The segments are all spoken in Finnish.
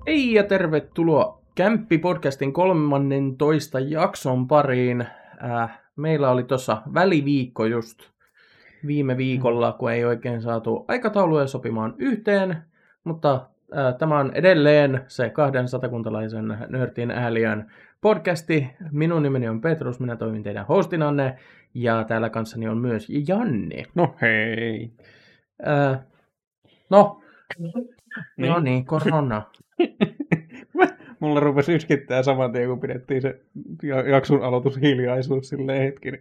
Hei ja tervetuloa Kämppi-podcastin 13 jakson pariin. Meillä oli tuossa väliviikko just viime viikolla, kun ei oikein saatu aikatauluja sopimaan yhteen, mutta tämä on edelleen se 200-kuntalaisen nörtin ääliön podcasti. Minun nimeni on Petrus, minä toimin teidän hostinanne ja täällä kanssani on myös Janne. No hei. No niin, korona. Mulla rupesi yskittää saman tien, kun pidettiin se jakson aloitushiljaisuus silleen hetki.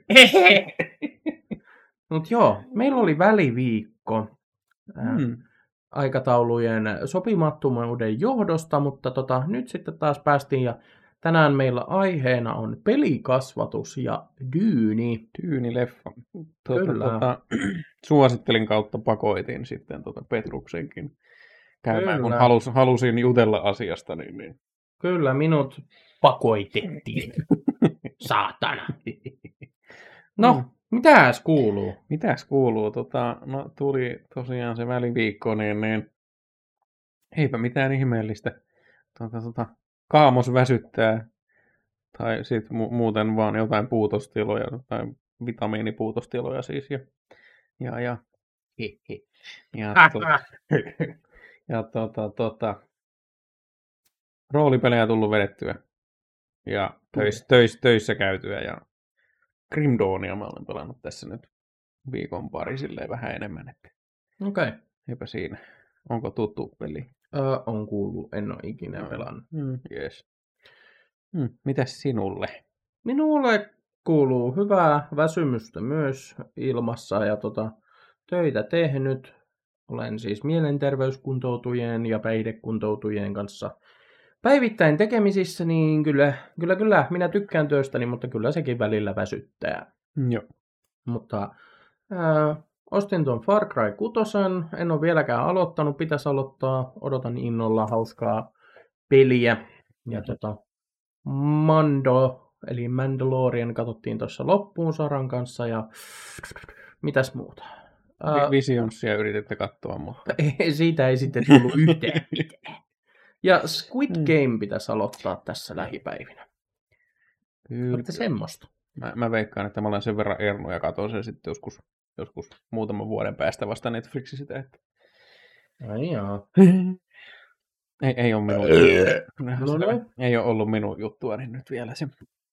Mut joo, meillä oli väliviikko aikataulujen sopimattomuuden johdosta, mutta nyt sitten taas päästiin ja tänään meillä aiheena on pelikasvatus ja Dyyni. Dyynileffa. Kyllä. Suosittelin kautta pakoitin sitten Petruksenkin käymään, Kyllä. kun halusin jutella asiasta. Niin. Kyllä, minut pakoitettiin. Saatana. No, mitäs kuuluu? Mitäs kuuluu? No, tuli tosiaan se väliviikko, niin eipä mitään ihmeellistä. Kaamos väsyttää. Tai sitten muuten vaan jotain puutostiloja, tai vitamiinipuutostiloja siis. Roolipelejä tullut vedettyä. Ja töissä käytyä. Ja Grim Dawnia mä olen pelannut tässä nyt viikon pari silleen vähän enemmän. Okei. Eipä siinä. Onko tuttu peli? On kuullut, en ole ikinä pelannut. Yes. Mitäs sinulle? Minulle kuuluu hyvää väsymystä myös ilmassa ja töitä tehnyt. Olen siis mielenterveyskuntoutujien ja päihdekuntoutujien kanssa päivittäin tekemisissä, niin kyllä minä tykkään työstäni, mutta kyllä sekin välillä väsyttää. Joo. Mutta ostin tuon Far Cry 6, en ole vieläkään aloittanut, pitäisi aloittaa, odotan innolla hauskaa peliä. Ja Mando, eli Mandalorian katsottiin tuossa loppuun Saran kanssa ja mitäs muuta? Visionsia yrititte katsoa, mutta Siitä ei sitten tullut yhtään mitään. Ja Squid Game pitäisi aloittaa tässä lähipäivinä. Olette semmoista. Mä veikkaan, että mä olen sen verran ernu ja katson sen sitten joskus muutaman vuoden päästä vasta Netflixissä. Että Ai jaa. Ei ole minun ei ole ollut minun juttua, niin nyt vielä se.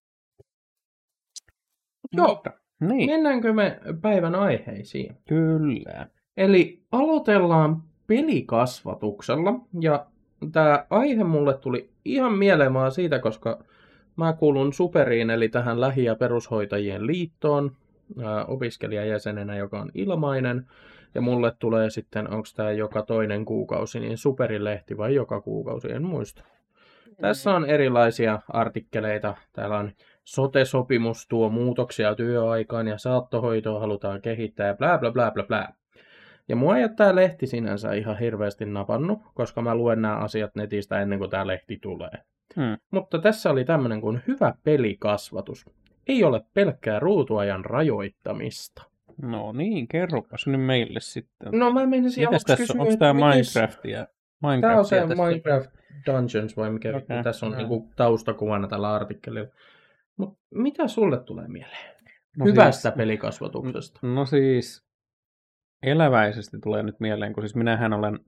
Joo. Niin. Mennäänkö me päivän aiheisiin? Kyllä. Eli aloitellaan pelikasvatuksella. Ja tämä aihe mulle tuli ihan mieleen vaan siitä, koska mä kuulun Superiin, eli tähän lähi- ja perushoitajien liittoon opiskelijajäsenenä, joka on ilmainen. Ja mulle tulee sitten, onko tämä joka toinen kuukausi, niin Superilehti vai joka kuukausi, en muista. Tässä on erilaisia artikkeleita. Täällä on sote-sopimus tuo muutoksia työaikaan ja saattohoitoa halutaan kehittää ja bla bla bla bla bla. Ja mua ei ole tämä lehti sinänsä ihan hirveästi napannut, koska mä luen nämä asiat netistä ennen kuin tämä lehti tulee. Mutta tässä oli tämmöinen kuin hyvä pelikasvatus. Ei ole pelkkää ruutuajan rajoittamista. No niin, kerropas nyt meille sitten. No mä menisin mitäs tässä on? Onko tämä Minecraftia? Tämä on se Minecraft Dungeons vai mikä tässä on no. niinku taustakuvana tällä artikkelilla. Mutta mitä sulle tulee mieleen hyvästä pelikasvatuksesta? No siis eläväisesti tulee nyt mieleen, kun siis minähän olen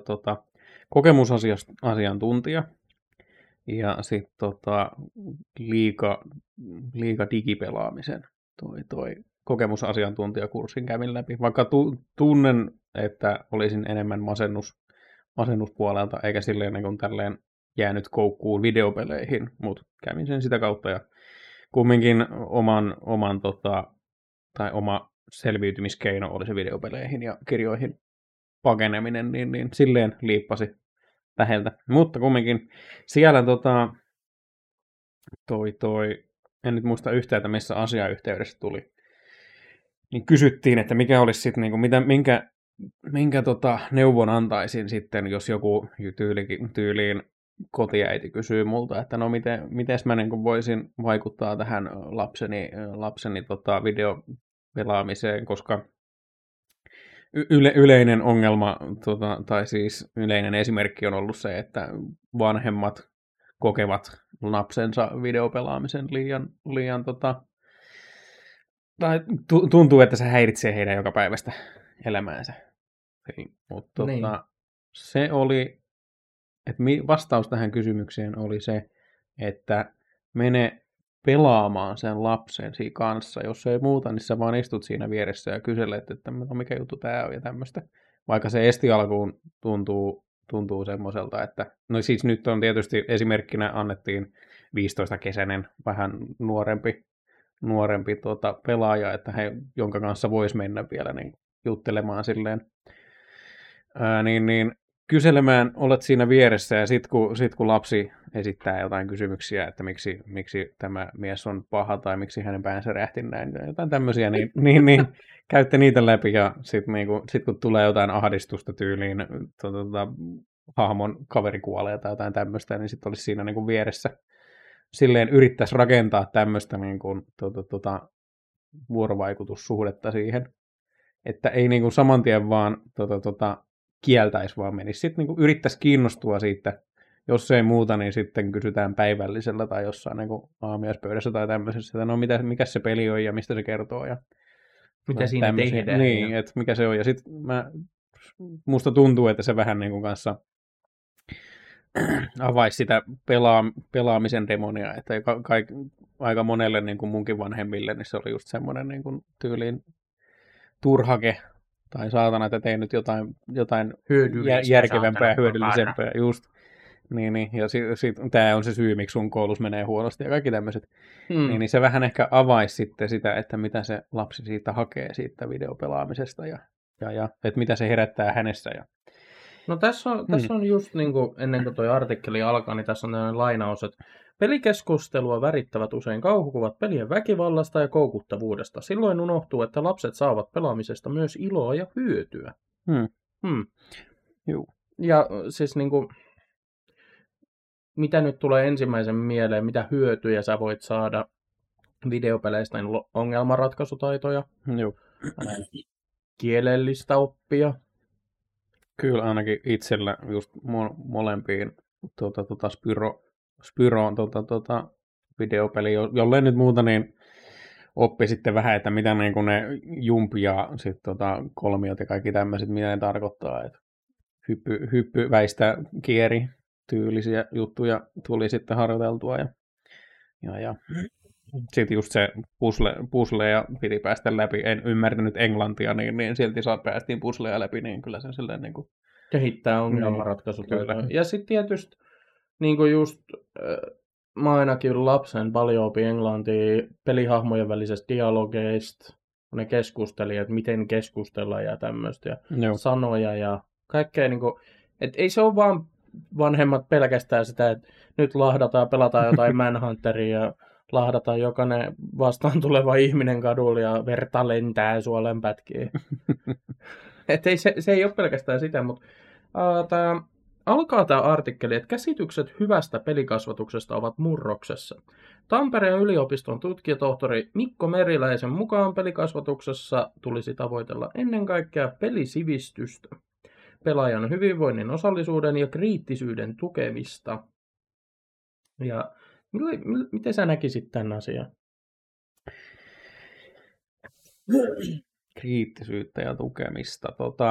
kokemusasiantuntija ja sitten liiga digipelaamisen toi kokemusasiantuntijakurssin kävin läpi. Vaikka tunnen, että olisin enemmän masennuspuolelta, eikä silleen niin kuin tälleen jäänyt koukkuun videopeleihin, mutta kävin sen sitä kautta ja kumminkin oma selviytymiskeino oli se videopeleihin ja kirjoihin pakeneminen, niin silleen liippasi läheltä. Mutta kumminkin siellä en nyt muista yhtään, että missä asiayhteydessä tuli, niin kysyttiin, että mikä olisi sitten, niin kuin, minkä neuvon antaisin sitten, jos joku tyyliin kotiäiti kysyy multa, että no miten mä niin kuin voisin vaikuttaa tähän lapseni videopelaamiseen, koska yleinen ongelma, tai siis yleinen esimerkki on ollut se, että vanhemmat kokevat lapsensa videopelaamisen liian tai tuntuu, että se häiritsee heidän joka päivästä elämäänsä. Mutta Niin. se oli, että vastaus tähän kysymykseen oli se, että mene pelaamaan sen lapsensi kanssa. Jos ei muuta, niin sä vaan istut siinä vieressä ja kyselet, että no, mikä juttu tää on ja tämmöistä. Vaikka se esti alkuun tuntuu semmoiselta, että no siis nyt on tietysti esimerkkinä annettiin 15-kesäinen, vähän nuorempi pelaaja, että jonka kanssa voisi mennä vielä niin juttelemaan silleen. Niin kyselemään olet siinä vieressä ja sit kun lapsi esittää jotain kysymyksiä, että miksi tämä mies on paha tai miksi hänen päänsä rähti näin, jotain tämmöisiä, niin käytte niitä läpi ja sit kun tulee jotain ahdistusta tyyliin, hahmon kaveri kuolee tai jotain tämmöistä, niin sitten olisi siinä niin kuin vieressä silleen yrittäisi rakentaa tämmöistä niin kuin, vuorovaikutussuhdetta siihen, että ei niin kuin saman tien vaan kieltäisi, vaan menisi sitten niin yrittäisi kiinnostua siitä, jos ei muuta, niin sitten kysytään päivällisellä tai jossain niin kuin aamiaispöydässä tai tämmöisessä, että no mikä se peli on ja mistä se kertoo ja mitä siinä tehdään. Niin, että mikä se on. Ja sitten musta tuntuu, että se vähän niin kuin kanssa avaisi sitä pelaamisen demonia, että aika monelle niin kuin munkin vanhemmille, niin se oli just semmoinen niin kuin tyyliin turhake, tai saatana, että tein nyt jotain järkevämpää, hyödyllisempää, just. Niin, ja tämä on se syy, miksi sun koulussa menee huonosti ja kaikki tämmöiset. Niin se vähän ehkä avaisi sitten sitä, että mitä se lapsi siitä hakee siitä videopelaamisesta ja että mitä se herättää hänessä. No tässä on just niin kuin, ennen kuin toi artikkeli alkaa, niin tässä on tämmöinen lainaus, että pelikeskustelua värittävät usein kauhukuvat pelien väkivallasta ja koukuttavuudesta. Silloin unohtuu, että lapset saavat pelaamisesta myös iloa ja hyötyä. Juu. Ja siis niin kuin, mitä nyt tulee ensimmäisen mieleen, mitä hyötyjä sä voit saada videopeleistä, niin ongelmanratkaisutaitoja, kielellistä oppia. Kyllä ainakin itsellä just molempiin Spyroon videopeli, jollei nyt muuta, niin oppi sitten vähän, että mitä niin kuin ne jumpi ja sitten kolmiot ja kaikki tämmöiset, mitä ne tarkoittaa. Että hyppy väistä kieri tyylisiä juttuja tuli sitten harjoiteltua ja sitten just se puzzle ja piti päästä läpi. En ymmärtänyt englantia, niin silti päästiin puzzleja läpi, niin kyllä se silleen niin kuin kehittää ongelmanratkaisutaitoja. Ja sitten tietysti niin kuin just mä ainakin lapsen paljon opin englantia pelihahmojen välisestä dialogeista, kun ne keskusteli, että miten keskustella ja tämmöistä ja sanoja ja kaikkea niin kuin, että ei se ole vaan vanhemmat pelkästään sitä, että nyt pelataan jotain Manhunteria ja lahdataan jokainen vastaan tuleva ihminen kadulla ja verta lentää suolen pätkiin. Että se ei ole pelkästään sitä, mutta alkaa tämä artikkeli, että käsitykset hyvästä pelikasvatuksesta ovat murroksessa. Tampereen yliopiston tutkijatohtori Mikko Meriläisen mukaan pelikasvatuksessa tulisi tavoitella ennen kaikkea pelisivistystä, pelaajan hyvinvoinnin, osallisuuden ja kriittisyyden tukemista. Ja miten sä näkisit tämän asian? Kriittisyyttä ja tukemista.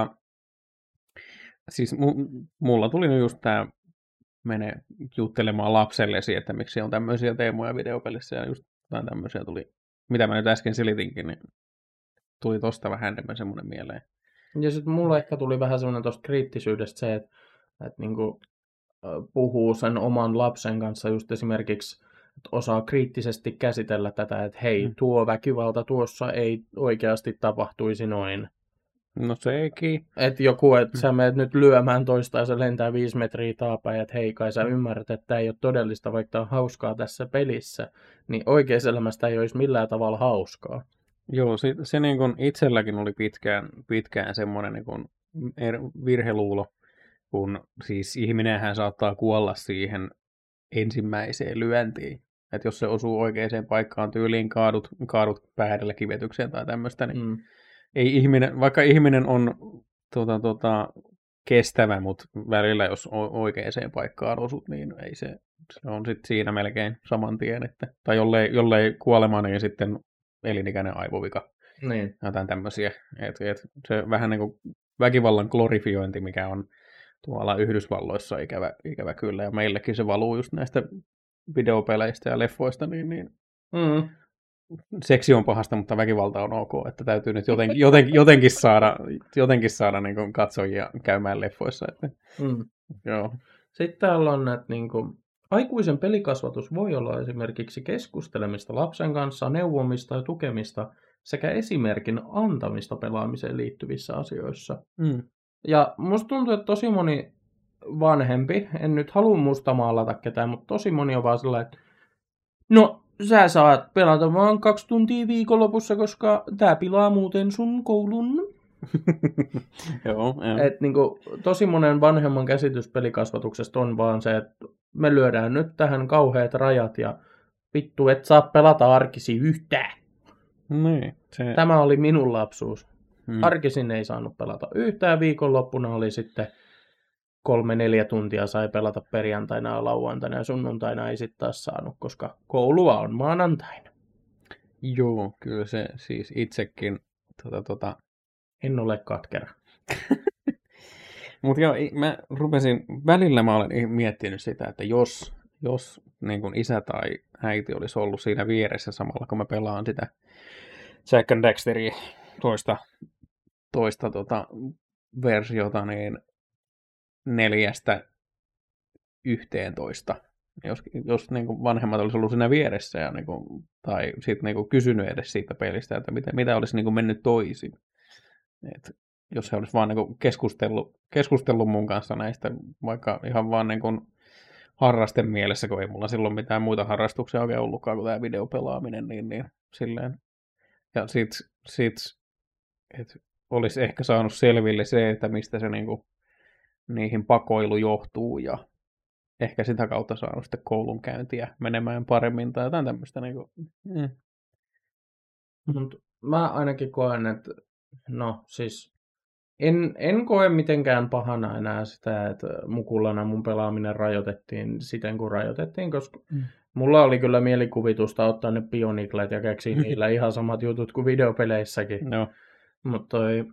Siis mulla tuli nyt just tämä mene juttelemaan lapsellesi, että miksi on tämmöisiä teemoja videopelissä ja just tämmöisiä tuli, mitä mä nyt äsken selitinkin, niin tuli tosta vähän enemmän semmoinen mieleen. Ja sitten mulla ehkä tuli vähän semmoinen tosta kriittisyydestä se, että niinku puhuu sen oman lapsen kanssa just esimerkiksi, että osaa kriittisesti käsitellä tätä, että hei, tuo väkivalta tuossa ei oikeasti tapahtuisi noin. No sekin. Että joku, että sä menet nyt lyömään toista ja se lentää 5 metriä taapäin, että hei kai sä ymmärrät, että tämä ei ole todellista, vaikka tämä on hauskaa tässä pelissä. Niin oikeassa elämästä ei olisi millään tavalla hauskaa. Joo, se niin kuin itselläkin oli pitkään semmoinen niin kuin virheluulo, kun siis ihminenhän saattaa kuolla siihen ensimmäiseen lyöntiin. Että jos se osuu oikeaan paikkaan, tyyliin kaadut päädellä kivetykseen tai tämmöistä, ei ihminen, vaikka ihminen on kestävä, mutta välillä jos oikeaan paikkaan osut, niin ei se on sitten siinä melkein saman tien, että, tai jollei kuolema, niin sitten elinikäinen aivovika. Niin. Jotain tämmöisiä. Se vähän niin kuin väkivallan glorifiointi, mikä on tuolla Yhdysvalloissa ikävä kyllä, ja meillekin se valuu just näistä videopeleistä ja leffoista, niin seksi on pahasta, mutta väkivalta on ok, että täytyy nyt jotenkin saada niin kuin katsojia käymään leffoissa. Että, joo. Sitten täällä on, että niin kuin, aikuisen pelikasvatus voi olla esimerkiksi keskustelemista lapsen kanssa, neuvomista ja tukemista sekä esimerkin antamista pelaamiseen liittyvissä asioissa. Ja musta tuntuu, että tosi moni vanhempi, en nyt halua mustamaalata ketään, mutta tosi moni on vaan sellainen, että no, sä saat pelata vaan 2 tuntia viikonlopussa, koska tää pilaa muuten sun koulun. Joo. Et niinku, tosi monen vanhemman käsitys pelikasvatuksesta on vaan se, että me lyödään nyt tähän kauheat rajat ja vittu, et saa pelata arkisi yhtään. Niin, Tämä oli minun lapsuus. Arkisin ei saanut pelata yhtään, viikonloppuna oli sitten 3-4 tuntia sai pelata perjantaina ja lauantaina ja sunnuntaina ei sitten taas saanut, koska koulua on maanantaina. Joo, kyllä se siis itsekin En ole katkera. Mutta joo, välillä mä olen miettinyt sitä, että jos niin kun isä tai äiti olisi ollut siinä vieressä samalla, kun mä pelaan sitä Jack and Daxteria toista versiota, niin 4-11. Jos niin kuin vanhemmat olisi ollut siinä vieressä ja niin kuin, tai sitten niin kuin kysynyt edes siitä pelistä, että mitä olisi niin kuin mennyt toisin. Et jos he olisi vaan niin kuin keskustellut mun kanssa näistä, vaikka ihan vaan niin kuin harrasten mielessä, kun ei mulla silloin mitään muita harrastuksia oikein ollutkaan kuin tämä videopelaaminen, niin silleen. Ja sit että olisi ehkä saanut selville se, että mistä se niin kuin niihin pakoilu johtuu ja ehkä sitä kautta saanut sitten koulunkäyntiä menemään paremmin tai jotain tämmöistä. Niin kuin, Mut mä ainakin koen, että no siis en koe mitenkään pahana enää sitä, että mukulana mun pelaaminen rajoitettiin siten kuin rajoitettiin, koska mulla oli kyllä mielikuvitusta ottaa ne Bioniclet ja keksiä niillä ihan samat jutut kuin videopeleissäkin. No. Mutta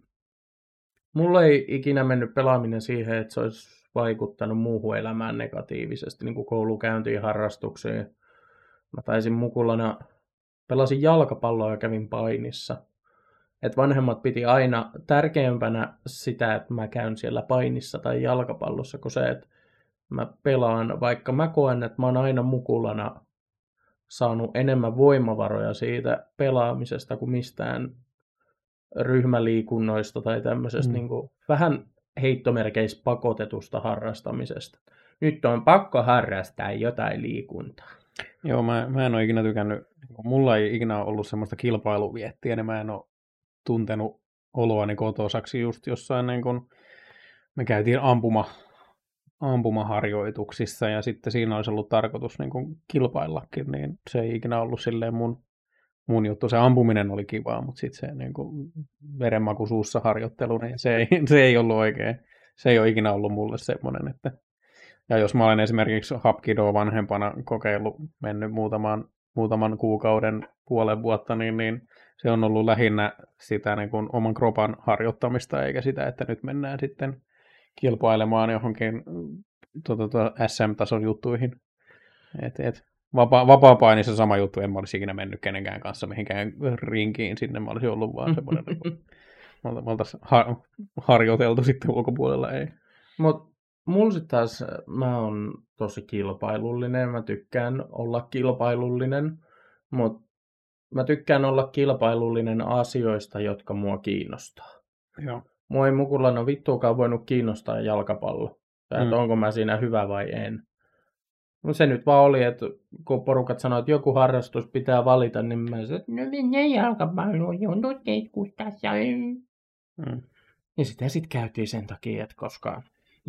mulla ei ikinä mennyt pelaaminen siihen, että se olisi vaikuttanut muuhun elämään negatiivisesti, niin kuin koulukäyntiin, harrastuksiin. Mä taisin mukulana, pelasin jalkapalloa ja kävin painissa. Et vanhemmat piti aina tärkeämpänä sitä, että mä käyn siellä painissa tai jalkapallossa, kuin se, että mä pelaan, vaikka mä koen, että mä oon aina mukulana saanut enemmän voimavaroja siitä pelaamisesta kuin mistään ryhmäliikunnoista tai tämmöisestä niin kuin vähän heittomerkeissä pakotetusta harrastamisesta. Nyt on pakko harrastaa jotain liikuntaa. Joo, mä en ole ikinä tykännyt, mulla ei ikinä ollut semmoista kilpailuviettiä, niin mä en ole tuntenut oloani kotosaksi just jossain, niin kun me käytiin ampumaharjoituksissa ja sitten siinä olisi ollut tarkoitus niin kun kilpaillakin, niin se ei ikinä ollut silleen mun juttu. Se ampuminen oli kivaa, mutta sitten se niin kun verenmaku suussa harjoittelu, niin se ei ollut oikein. Se ei ole ikinä ollut mulle semmoinen, että ja jos mä olen esimerkiksi Hapkidoa vanhempana kokeillut, mennyt muutaman kuukauden, puolen vuotta, niin se on ollut lähinnä sitä niin kuin oman kropan harjoittamista, eikä sitä, että nyt mennään sitten kilpailemaan johonkin SM-tason juttuihin. Vapaa-painissa sama juttu, en mä olisi ikinä mennyt kenenkään kanssa mihinkään rinkiin sinne, mä olisin ollut vaan semmoinen, me oltaisiin harjoiteltu sitten ulkopuolella, ei. Mut mulla sitten taas, mä oon tosi kilpailullinen, mä tykkään olla kilpailullinen, mutta mä tykkään olla kilpailullinen asioista, jotka mua kiinnostaa. Joo. Mua ei mukulana vittuakaan voinut kiinnostaa jalkapallo, että onko mä siinä hyvä vai en. No se nyt vaan oli, että kun porukat sanoo, että joku harrastus pitää valita, niin mä sanoin, että no mennään jalkapalloon, on keskustassa. Ja sitä sitten käytiin sen takia, että koska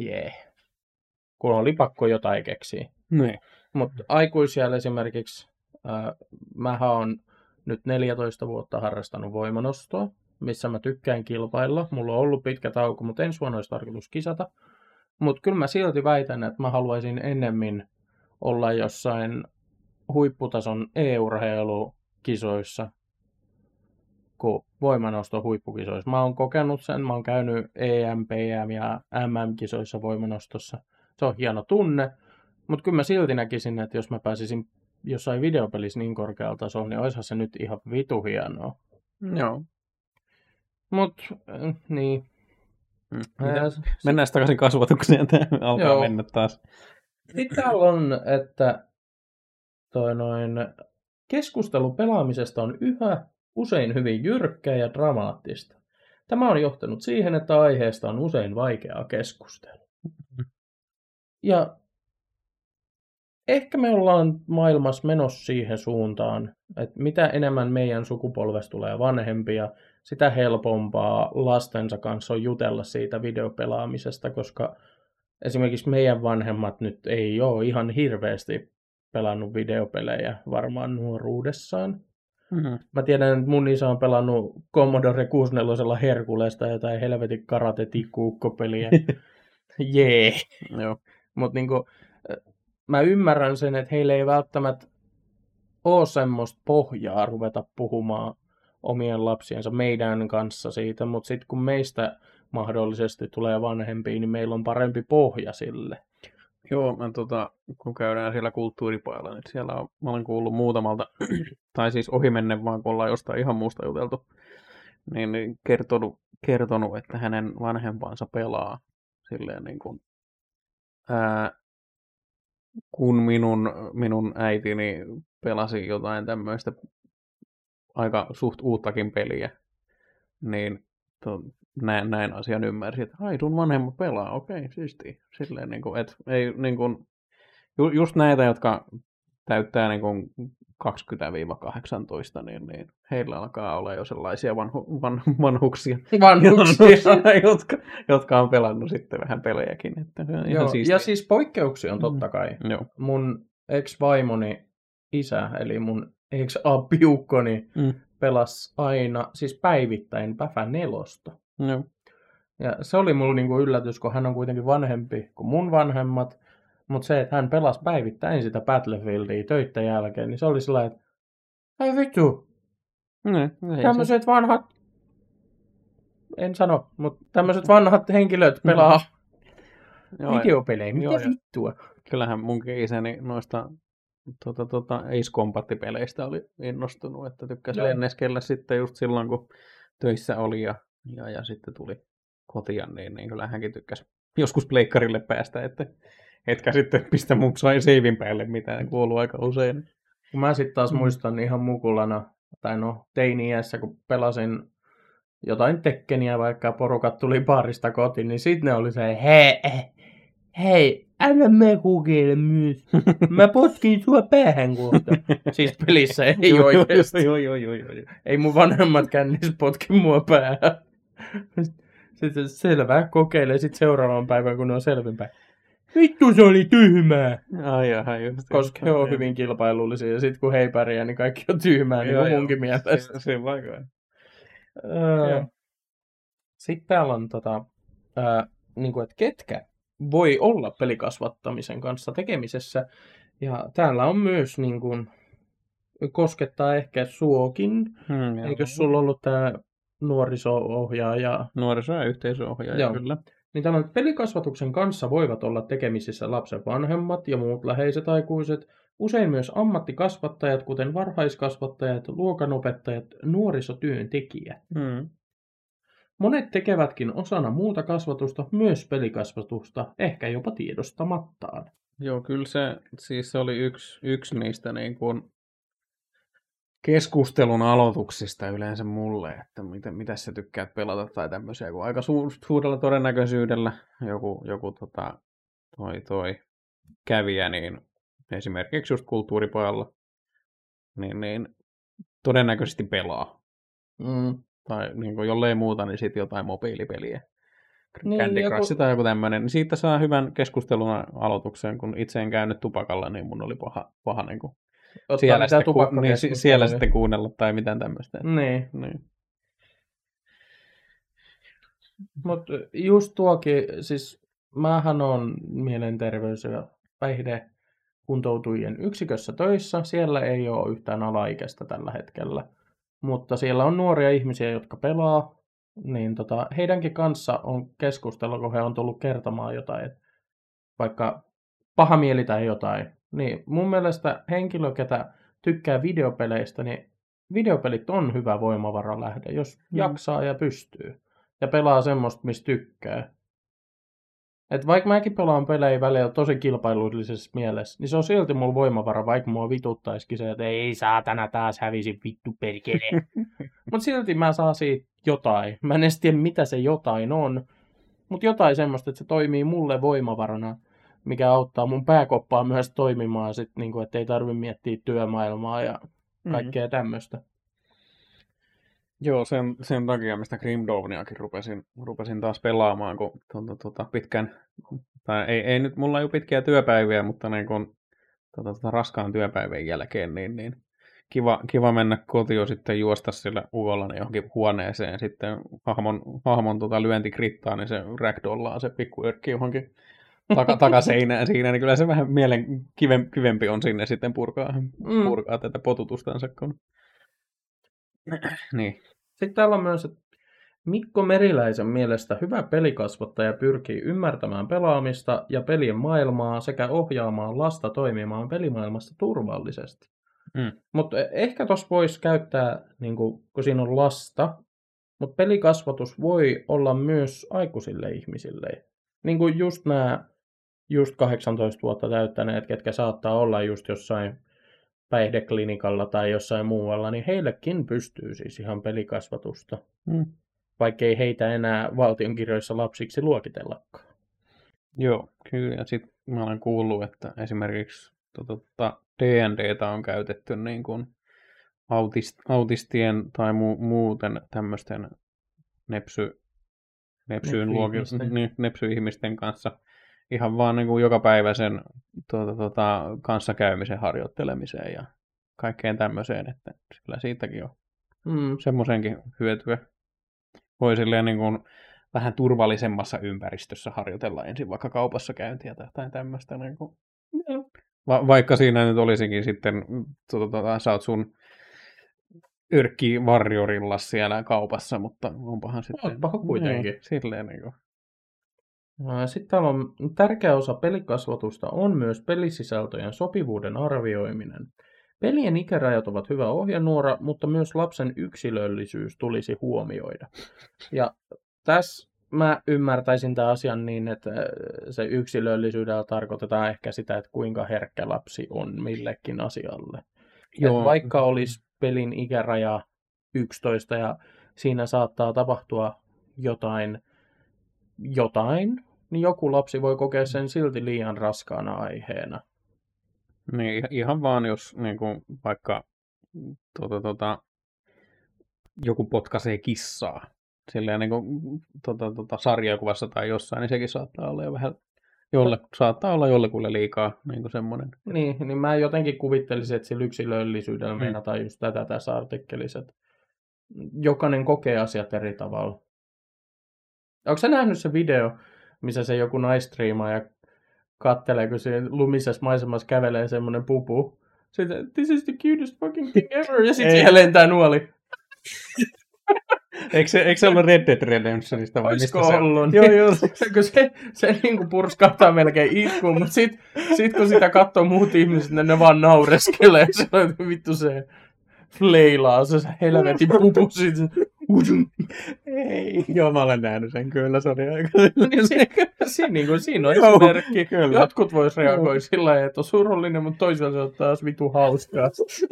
kun oli pakko jotain keksiä. Niin. Mutta aikuisiellä esimerkiksi, mähän on nyt 14 vuotta harrastanut voimanostoa. missä mä tykkään kilpailla. Mulla on ollut pitkä tauko, mutta ensi vuonna olisi tarkoitus kisata. Mutta kyllä mä silti väitän, että mä haluaisin ennemmin olla jossain huipputason e-urheilukisoissa kuin voimanoston huippukisoissa. Mä oon kokenut sen, mä oon käynyt EM, PM ja MM-kisoissa voimanostossa. Se on hieno tunne, mutta kyllä mä silti näkisin, että jos mä pääsisin jossain videopelissä niin korkealla tasolla, niin olisihan se nyt ihan vitu hienoa. Joo. Mut, niin. Mennään takaisin kasvatukseen, tämä alkaa mennä taas. Sitten täällä on, että keskustelu pelaamisesta on yhä usein hyvin jyrkkää ja dramaattista. Tämä on johtanut siihen, että aiheesta on usein vaikeaa keskustella. Ja ehkä me ollaan maailmassa menossa siihen suuntaan, että mitä enemmän meidän sukupolvesta tulee vanhempia, sitä helpompaa lastensa kanssa on jutella siitä videopelaamisesta, koska esimerkiksi meidän vanhemmat nyt ei ole ihan hirveästi pelannut videopelejä varmaan nuoruudessaan. Mm-hmm. Mä tiedän, että mun isä on pelannut Commodore 64 Herkulesta jotain helvetin karate-tikku-ukkopeliä. Jee. Joo. Mutta niinku, mä ymmärrän sen, että heillä ei välttämättä ole semmoista pohjaa ruveta puhumaan omien lapsiensa meidän kanssa siitä, mutta sitten kun meistä mahdollisesti tulee vanhempia, niin meillä on parempi pohja sille. Joo, mä kun käydään siellä kulttuuripojalla, niin siellä mä olen kuullut muutamalta, tai siis ohimennen vaan, kun ollaan jostain ihan muusta juteltu, niin kertonut, että hänen vanhempansa pelaa silleen niin kuin, kun minun äitini pelasi jotain tämmöistä aika suht uuttakin peliä, niin näin asian ymmärsin, että ai sun vanhemmat pelaa, okei, siistiä. Silleen, niin kuin, että ei, niin kuin, just näitä, jotka täyttää niin kuin 20-18, niin heillä alkaa olla jo sellaisia vanhuksia, jotka on pelannut sitten vähän pelejäkin. Että joo, ja siis poikkeuksia on totta kai. Joo. Mun ex-vaimoni isä, eli mun ex-apiukkoni, pelasi aina, siis päivittäin Päfä 4. Joo. Ja se oli mulle niinku yllätys, kun hän on kuitenkin vanhempi kuin mun vanhemmat. Mutta se, että hän pelasi päivittäin sitä Battlefieldia töitten jälkeen, niin se oli sellainen, että ei vittu, tämmöiset vanhat, en sano, mutta tämmöiset vanhat henkilöt pelaa videopelejä, mitä vittua? Kyllähän munkin isäni noista Ace Combat-peleistä oli innostunut, että tykkäsi lenneskellä sitten just silloin, kun töissä oli ja sitten tuli kotia, niin kyllä hänkin tykkäsi joskus pleikkarille päästä, että etkä sitten pistä mun seivin päälle mitään, kuuluu aika usein. Mä sitten taas muistan ihan mukulana, tai teini-iässä, kun pelasin jotain Tekkeniä, vaikka porukat tuli baarista kotiin, niin sitten ne oli se, hei, älä me kokeile myös. Mä potkin sua päähän kohta. Siis pelissä ei oikeasti. Joo. Ei mun vanhemmat kännis potki mua päähän. Sitten selvä, kokeile sitten seuraavan päivän, kun ne on selvinpäin. Vittu se oli tyhmää. Just. Koska he on hyvin kilpailullisia ja sitten kun he ei pärjää, niin kaikki on tyhmää, niin kuin munkin mielestä. Se vaikka. Sitten täällä on niin kuin, että ketkä voi olla pelikasvattamisen kanssa tekemisessä. Ja täällä on myös niin kuin, koskettaa ehkä suokin. Eikö sulla ollut tämä nuoriso-ohjaaja? Nuoriso- ja yhteisöohjaaja, kyllä. Niin tämän pelikasvatuksen kanssa voivat olla tekemisissä lapsen vanhemmat ja muut läheiset aikuiset, usein myös ammattikasvattajat, kuten varhaiskasvattajat, luokanopettajat, nuorisotyöntekijät. Monet tekevätkin osana muuta kasvatusta myös pelikasvatusta, ehkä jopa tiedostamattaan. Joo, kyllä se oli yksi niistä niin kuin keskustelun aloituksista yleensä mulle, että mitä sä tykkäät pelata tai tämmöisiä, kun aika suurella todennäköisyydellä joku toi kävijä, niin esimerkiksi just kulttuuripojalla, niin todennäköisesti pelaa. Tai niin kuin, jollei muuta, niin sitten jotain mobiilipeliä. Candy Crush tai joku tämmöinen. Niin siitä saa hyvän keskustelun aloituksen, kun itse en käynyt tupakalla, niin mun oli paha niin kuin siellä sitten kuunnella tai mitään tämmöistä. Niin. Mutta just tuokin, siis mähän on mielenterveys- ja päihdekuntoutujien yksikössä töissä. Siellä ei ole yhtään alaikäistä tällä hetkellä. Mutta siellä on nuoria ihmisiä, jotka pelaa. Niin heidänkin kanssa on keskustellut, kun he on tullut kertomaan jotain, että vaikka paha mieli tai jotain. Niin mun mielestä henkilö, ketä tykkää videopeleistä, niin videopelit on hyvä voimavaralähde, jos jaksaa ja pystyy. Ja pelaa semmoista, mistä tykkää. Et vaikka mäkin pelaan pelejä välillä tosi kilpailullisessa mielessä, niin se on silti mulla voimavara, vaikka mua vituttaisikin se, että ei saatana taas hävisi vittu perkele. Mutta silti mä saan siitä jotain. Mä en edes tiedä, mitä se jotain on. Mutta jotain semmoista, että se toimii mulle voimavarana, mikä auttaa mun pääkoppaa myös toimimaan sit, niinku, että ei tarvi miettiä työmaailmaa ja kaikkea tämmöistä. Joo, sen takia, mistä Grim Dawniakin rupesin taas pelaamaan, kun pitkän, tai ei nyt, mulla ei ole pitkiä työpäiviä, mutta niin kun, raskaan työpäivän jälkeen, niin kiva mennä kotiin sitten juosta sillä uolla johonkin huoneeseen, sitten hahmon lyöntikrittaa, niin se ragdollaa se pikkuyrkki johonkin takaseinään siinä, niin kyllä se vähän kivempi on sinne sitten purkaa tätä potutustansa, kun niin. Sitten täällä on myös, että Mikko Meriläisen mielestä hyvä pelikasvattaja pyrkii ymmärtämään pelaamista ja pelien maailmaa sekä ohjaamaan lasta toimimaan pelimaailmassa turvallisesti. Mutta ehkä tuossa voisi käyttää, niin kun siinä on lasta, mutta pelikasvatus voi olla myös aikuisille ihmisille. Niin kuin just nämä 18 vuotta täyttäneet, ketkä saattaa olla just jossain päihdeklinikalla tai jossain muualla, niin heillekin pystyy siis ihan pelikasvatusta. Vaikkei heitä enää valtionkirjoissa lapsiksi luokitellakaan. Joo, kyllä. Ja sitten mä olen kuullut, että esimerkiksi D&Dtä on käytetty niin kuin autistien tai muuten tämmöisten nepsy-ihmisten kanssa ihan vaan niin kuin jokapäiväisen kanssakäymisen harjoittelemiseen ja kaikkeen tämmöiseen, että sillä siitäkin on semmoisenkin hyötyä. Voi silleen niin kuin vähän turvallisemmassa ympäristössä harjoitella ensin vaikka kaupassa käyntiä tai jotain tämmöistä. Niin kuin. Vaikka siinä nyt olisikin sitten, sä oot sun yrkkivarjorilla siellä kaupassa, mutta onpahan sitten... Ootpahan kuitenkin. Silleen niin kuin. Sitten täällä on tärkeä osa pelikasvatusta on myös pelisisältöjen sopivuuden arvioiminen. Pelien ikärajat ovat hyvä ohjenuora, mutta myös lapsen yksilöllisyys tulisi huomioida. Ja tässä mä ymmärtäisin tämän asian niin, että se yksilöllisyydellä tarkoitetaan ehkä sitä, että kuinka herkkä lapsi on millekin asialle. Joo. Vaikka olisi pelin ikäraja 11 ja siinä saattaa tapahtua jotain, niin joku lapsi voi kokea sen silti liian raskaana aiheena. Niin, ihan vaan jos niin kuin, vaikka joku potkaisee kissaa silleen niin kuin, sarjakuvassa tai jossain, niin sekin saattaa olla jo vähän saattaa olla jollekulle liikaa niin kuin semmoinen. Niin mä jotenkin kuvittelisin, että sillä yksilöllisyydellä meinataan just tätä tässä artikkelissa. Jokainen kokee asiat eri tavalla. Onko sä nähnyt se video, missä se joku naistriimaa ja kattelee, kun siinä lumisessa maisemassa kävelee semmoinen pupu. Sitten, this is the cutest fucking thing ever. Ja sitten siihen lentää nuoli. Eikö se ollut Red Dead Redemptionista vai mistä se ollut? Joo. Kun se niinku purskahtaa melkein itkuun, mutta sit kun sitä katsoo muut ihmiset, ne vaan naureskelee. Se on vittu se fleilaa se helvetin pupu siitä. Ei. Joo, mä olen nähnyt sen kyllä, se oli aika... Siinä on esimerkki. Kyllä. Jotkut vois reagoida sillä lailla, että on surullinen, mutta toisaalta se on taas vitu hauskaa.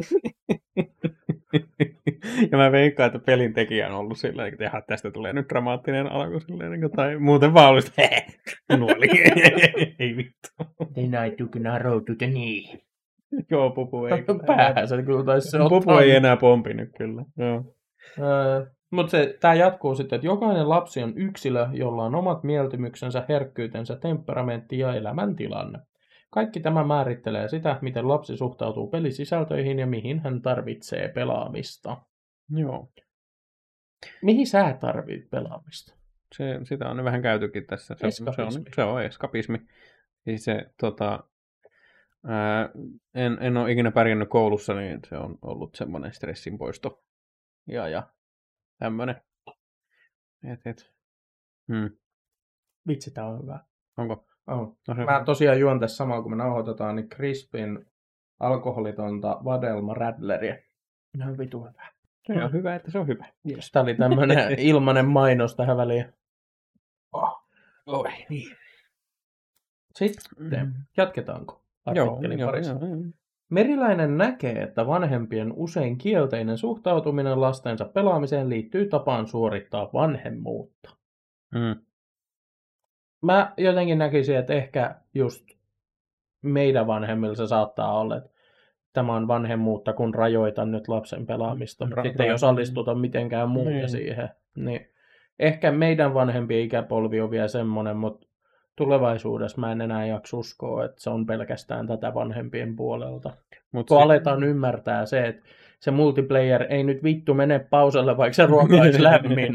Ja mä veikkaan, että pelin tekijä on ollut silleen, että tästä tulee nyt dramaattinen alku silleen, tai muuten vaan ollut, nuoli, ei vittu. Then I took an arrow to the knee. Joo, pupu ei. Päähän se kyllä taisi se pupu ei enää pompi nyt kyllä. Joo. Mutta tämä jatkuu sitten, että jokainen lapsi on yksilö, jolla on omat mieltymyksensä, herkkyytensä, temperamentti ja elämäntilanne. Kaikki tämä määrittelee sitä, miten lapsi suhtautuu pelisisältöihin ja mihin hän tarvitsee pelaamista. Joo. Mihin sä tarvit pelaamista? Sitä on vähän käytykin tässä. Se on eskapismi. Siis se, en ole ikinä pärjännyt koulussa, niin se on ollut semmoinen stressin poisto ja tämmöinen. Vitsi, tää on hyvä. Onko? Oh. Mä tosiaan juon tässä samalla, kun me nauhoitetaan, niin Crispin alkoholitonta vadelma Radleria. Ihan vitu hyvä. Se on hyvä, että se on hyvä. Yes. Tää oli tämmönen ilmanen mainos tähän väliin. Niin. Sitten, jatketaanko artikkelin parissa? Joo. Meriläinen näkee, että vanhempien usein kielteinen suhtautuminen lastensa pelaamiseen liittyy tapaan suorittaa vanhemmuutta. Mä jotenkin näkisin, että ehkä just meidän vanhemmilla se saattaa olla, että tämä on vanhemmuutta, kun rajoitan nyt lapsen pelaamista. Sitten ei osallistuta mitenkään muuta siihen. Niin ehkä meidän vanhempien ikäpolvi on vielä semmoinen, mutta tulevaisuudessa mä en enää jaksa uskoa, että se on pelkästään tätä vanhempien puolelta. Kun aletaan ymmärtää se, että se multiplayer ei nyt vittu mene pauselle, vaikka se ruoka olisi lämmin.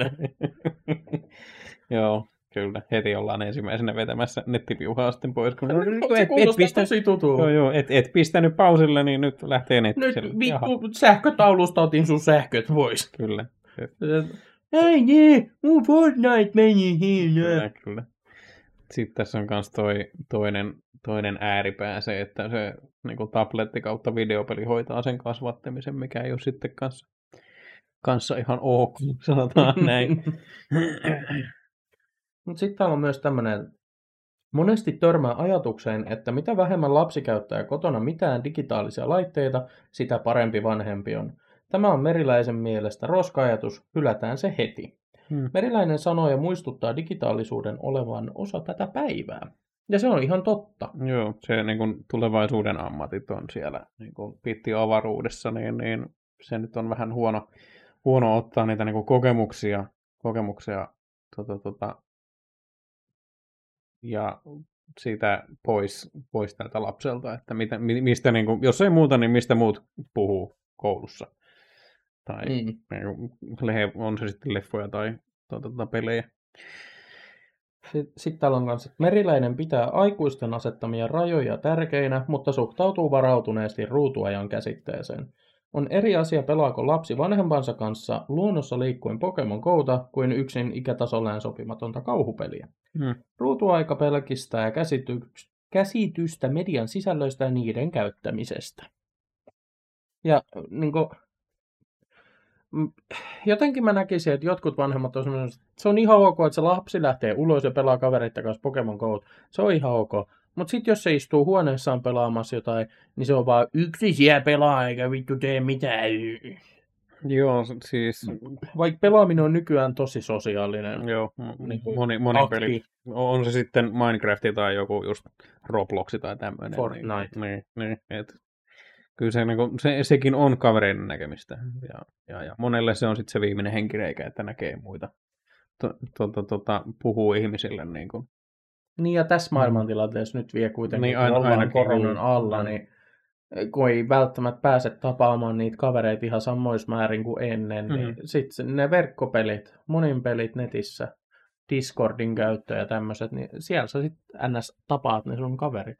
Joo, kyllä. Heti ollaan ensimmäisenä vetämässä nettipiuhaa sitten pois. Kun se kuulostaa tosi tutua. Joo, et pistänyt pausille, niin nyt lähtee netti. Nyt vittu sähkötaulusta otin sun sähköt pois. Kyllä. Ei mun Fortnite meni siinä. Kyllä. Sitten tässä on myös toinen ääripää se, että se niin tabletti kautta videopeli hoitaa sen kasvattamisen, mikä ei ole sitten kanssa ihan ok, sanotaan näin. Sitten täällä on myös tämmöinen, monesti törmää ajatukseen, että mitä vähemmän lapsi käyttää kotona mitään digitaalisia laitteita, sitä parempi vanhempi on. Tämä on Meriläisen mielestä roska-ajatus, hylätään se heti. Meriläinen sanoo ja muistuttaa digitaalisuuden olevan osa tätä päivää. Ja se on ihan totta. Joo, se niin kuin tulevaisuuden ammatit on siellä niin kuin pittiavaruudessa, niin se nyt on vähän huono ottaa niitä niin kuin kokemuksia ja siitä pois tältä lapselta, että mistä, niin kuin, jos ei muuta, niin mistä muut puhuu koulussa. Tai on se sitten leffoja tai pelejä. Sitten täällä on kanssa, että Meriläinen pitää aikuisten asettamia rajoja tärkeinä, mutta suhtautuu varautuneesti ruutuajan käsitteeseen. On eri asia pelaako lapsi vanhempansa kanssa luonnossa liikkuen Pokemon Gota kuin yksin ikätasolleen sopimatonta kauhupeliä. Ruutuaika pelkistää käsitystä median sisällöistä ja niiden käyttämisestä. Ja niin kuin, jotenkin mä näkisin, että jotkut vanhemmat on sellaiset, että se on ihan ok, että se lapsi lähtee ulos ja pelaa kavereiden kanssa Pokemon Go. Se on ihan ok. Mutta sitten jos se istuu huoneessaan pelaamassa jotain, niin se on vaan yksi siellä pelaa eikä vittu tee mitään. Joo, siis... Vaikka pelaaminen on nykyään tosi sosiaalinen. Joo, moni peli. On se sitten Minecraft tai joku just Roblox tai tämmöinen. Fortnite. Niin, kyllä sekin on kavereiden näkemistä. Ja monelle se on sitten se viimeinen henkireikä, että näkee muita. Puhuu ihmisille niin kuin. Niin ja tässä maailmantilanteessa nyt vie kuitenkin, niin, ollaan koronan alla, niin kun ei välttämättä pääse tapaamaan niitä kavereita ihan samoissa määrin kuin ennen, niin sitten ne verkkopelit, monin pelit netissä, Discordin käyttö ja tämmöiset, niin siellä sä sitten ns. Tapaat ne sun kaverit.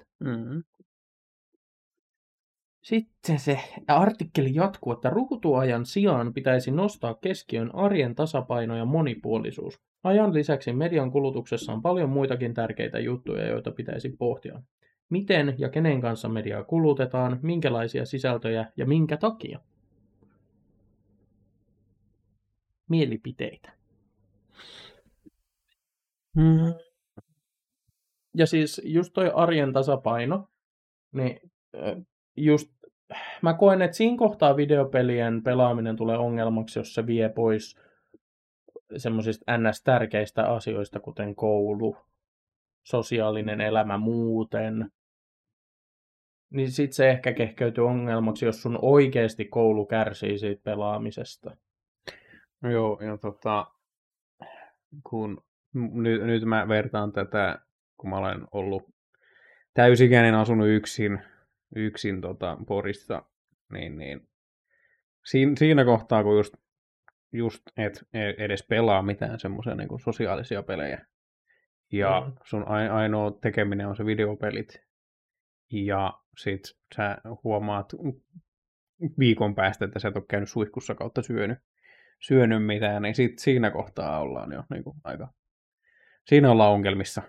Sitten se artikkeli jatkuu, että ruutuajan sijaan pitäisi nostaa keskiön arjen tasapaino ja monipuolisuus. Ajan lisäksi median kulutuksessa on paljon muitakin tärkeitä juttuja, joita pitäisi pohtia. Miten ja kenen kanssa mediaa kulutetaan, minkälaisia sisältöjä ja minkä takia? Mielipiteitä. Ja siis just toi arjen tasapaino, niin just mä koen, että siinä kohtaa videopelien pelaaminen tulee ongelmaksi, jos se vie pois semmoisista ns-tärkeistä asioista, kuten koulu, sosiaalinen elämä muuten. Niin sit se ehkä kehkeytyy ongelmaksi, jos sun oikeasti koulu kärsii siitä pelaamisesta. Joo, ja kun nyt mä vertaan tätä, kun mä olen ollut täysikäinen asunut yksin Porissa, niin siinä kohtaa, kun just just et edes pelaa mitään semmoisia niin kuin sosiaalisia pelejä. Ja sun ainoa tekeminen on se videopelit. Ja sit sä huomaat viikon päästä, että sä et ole käynyt suihkussa kautta syönyt mitään, niin sit siinä kohtaa ollaan jo niin kuin aika... Siinä ollaan ongelmissa.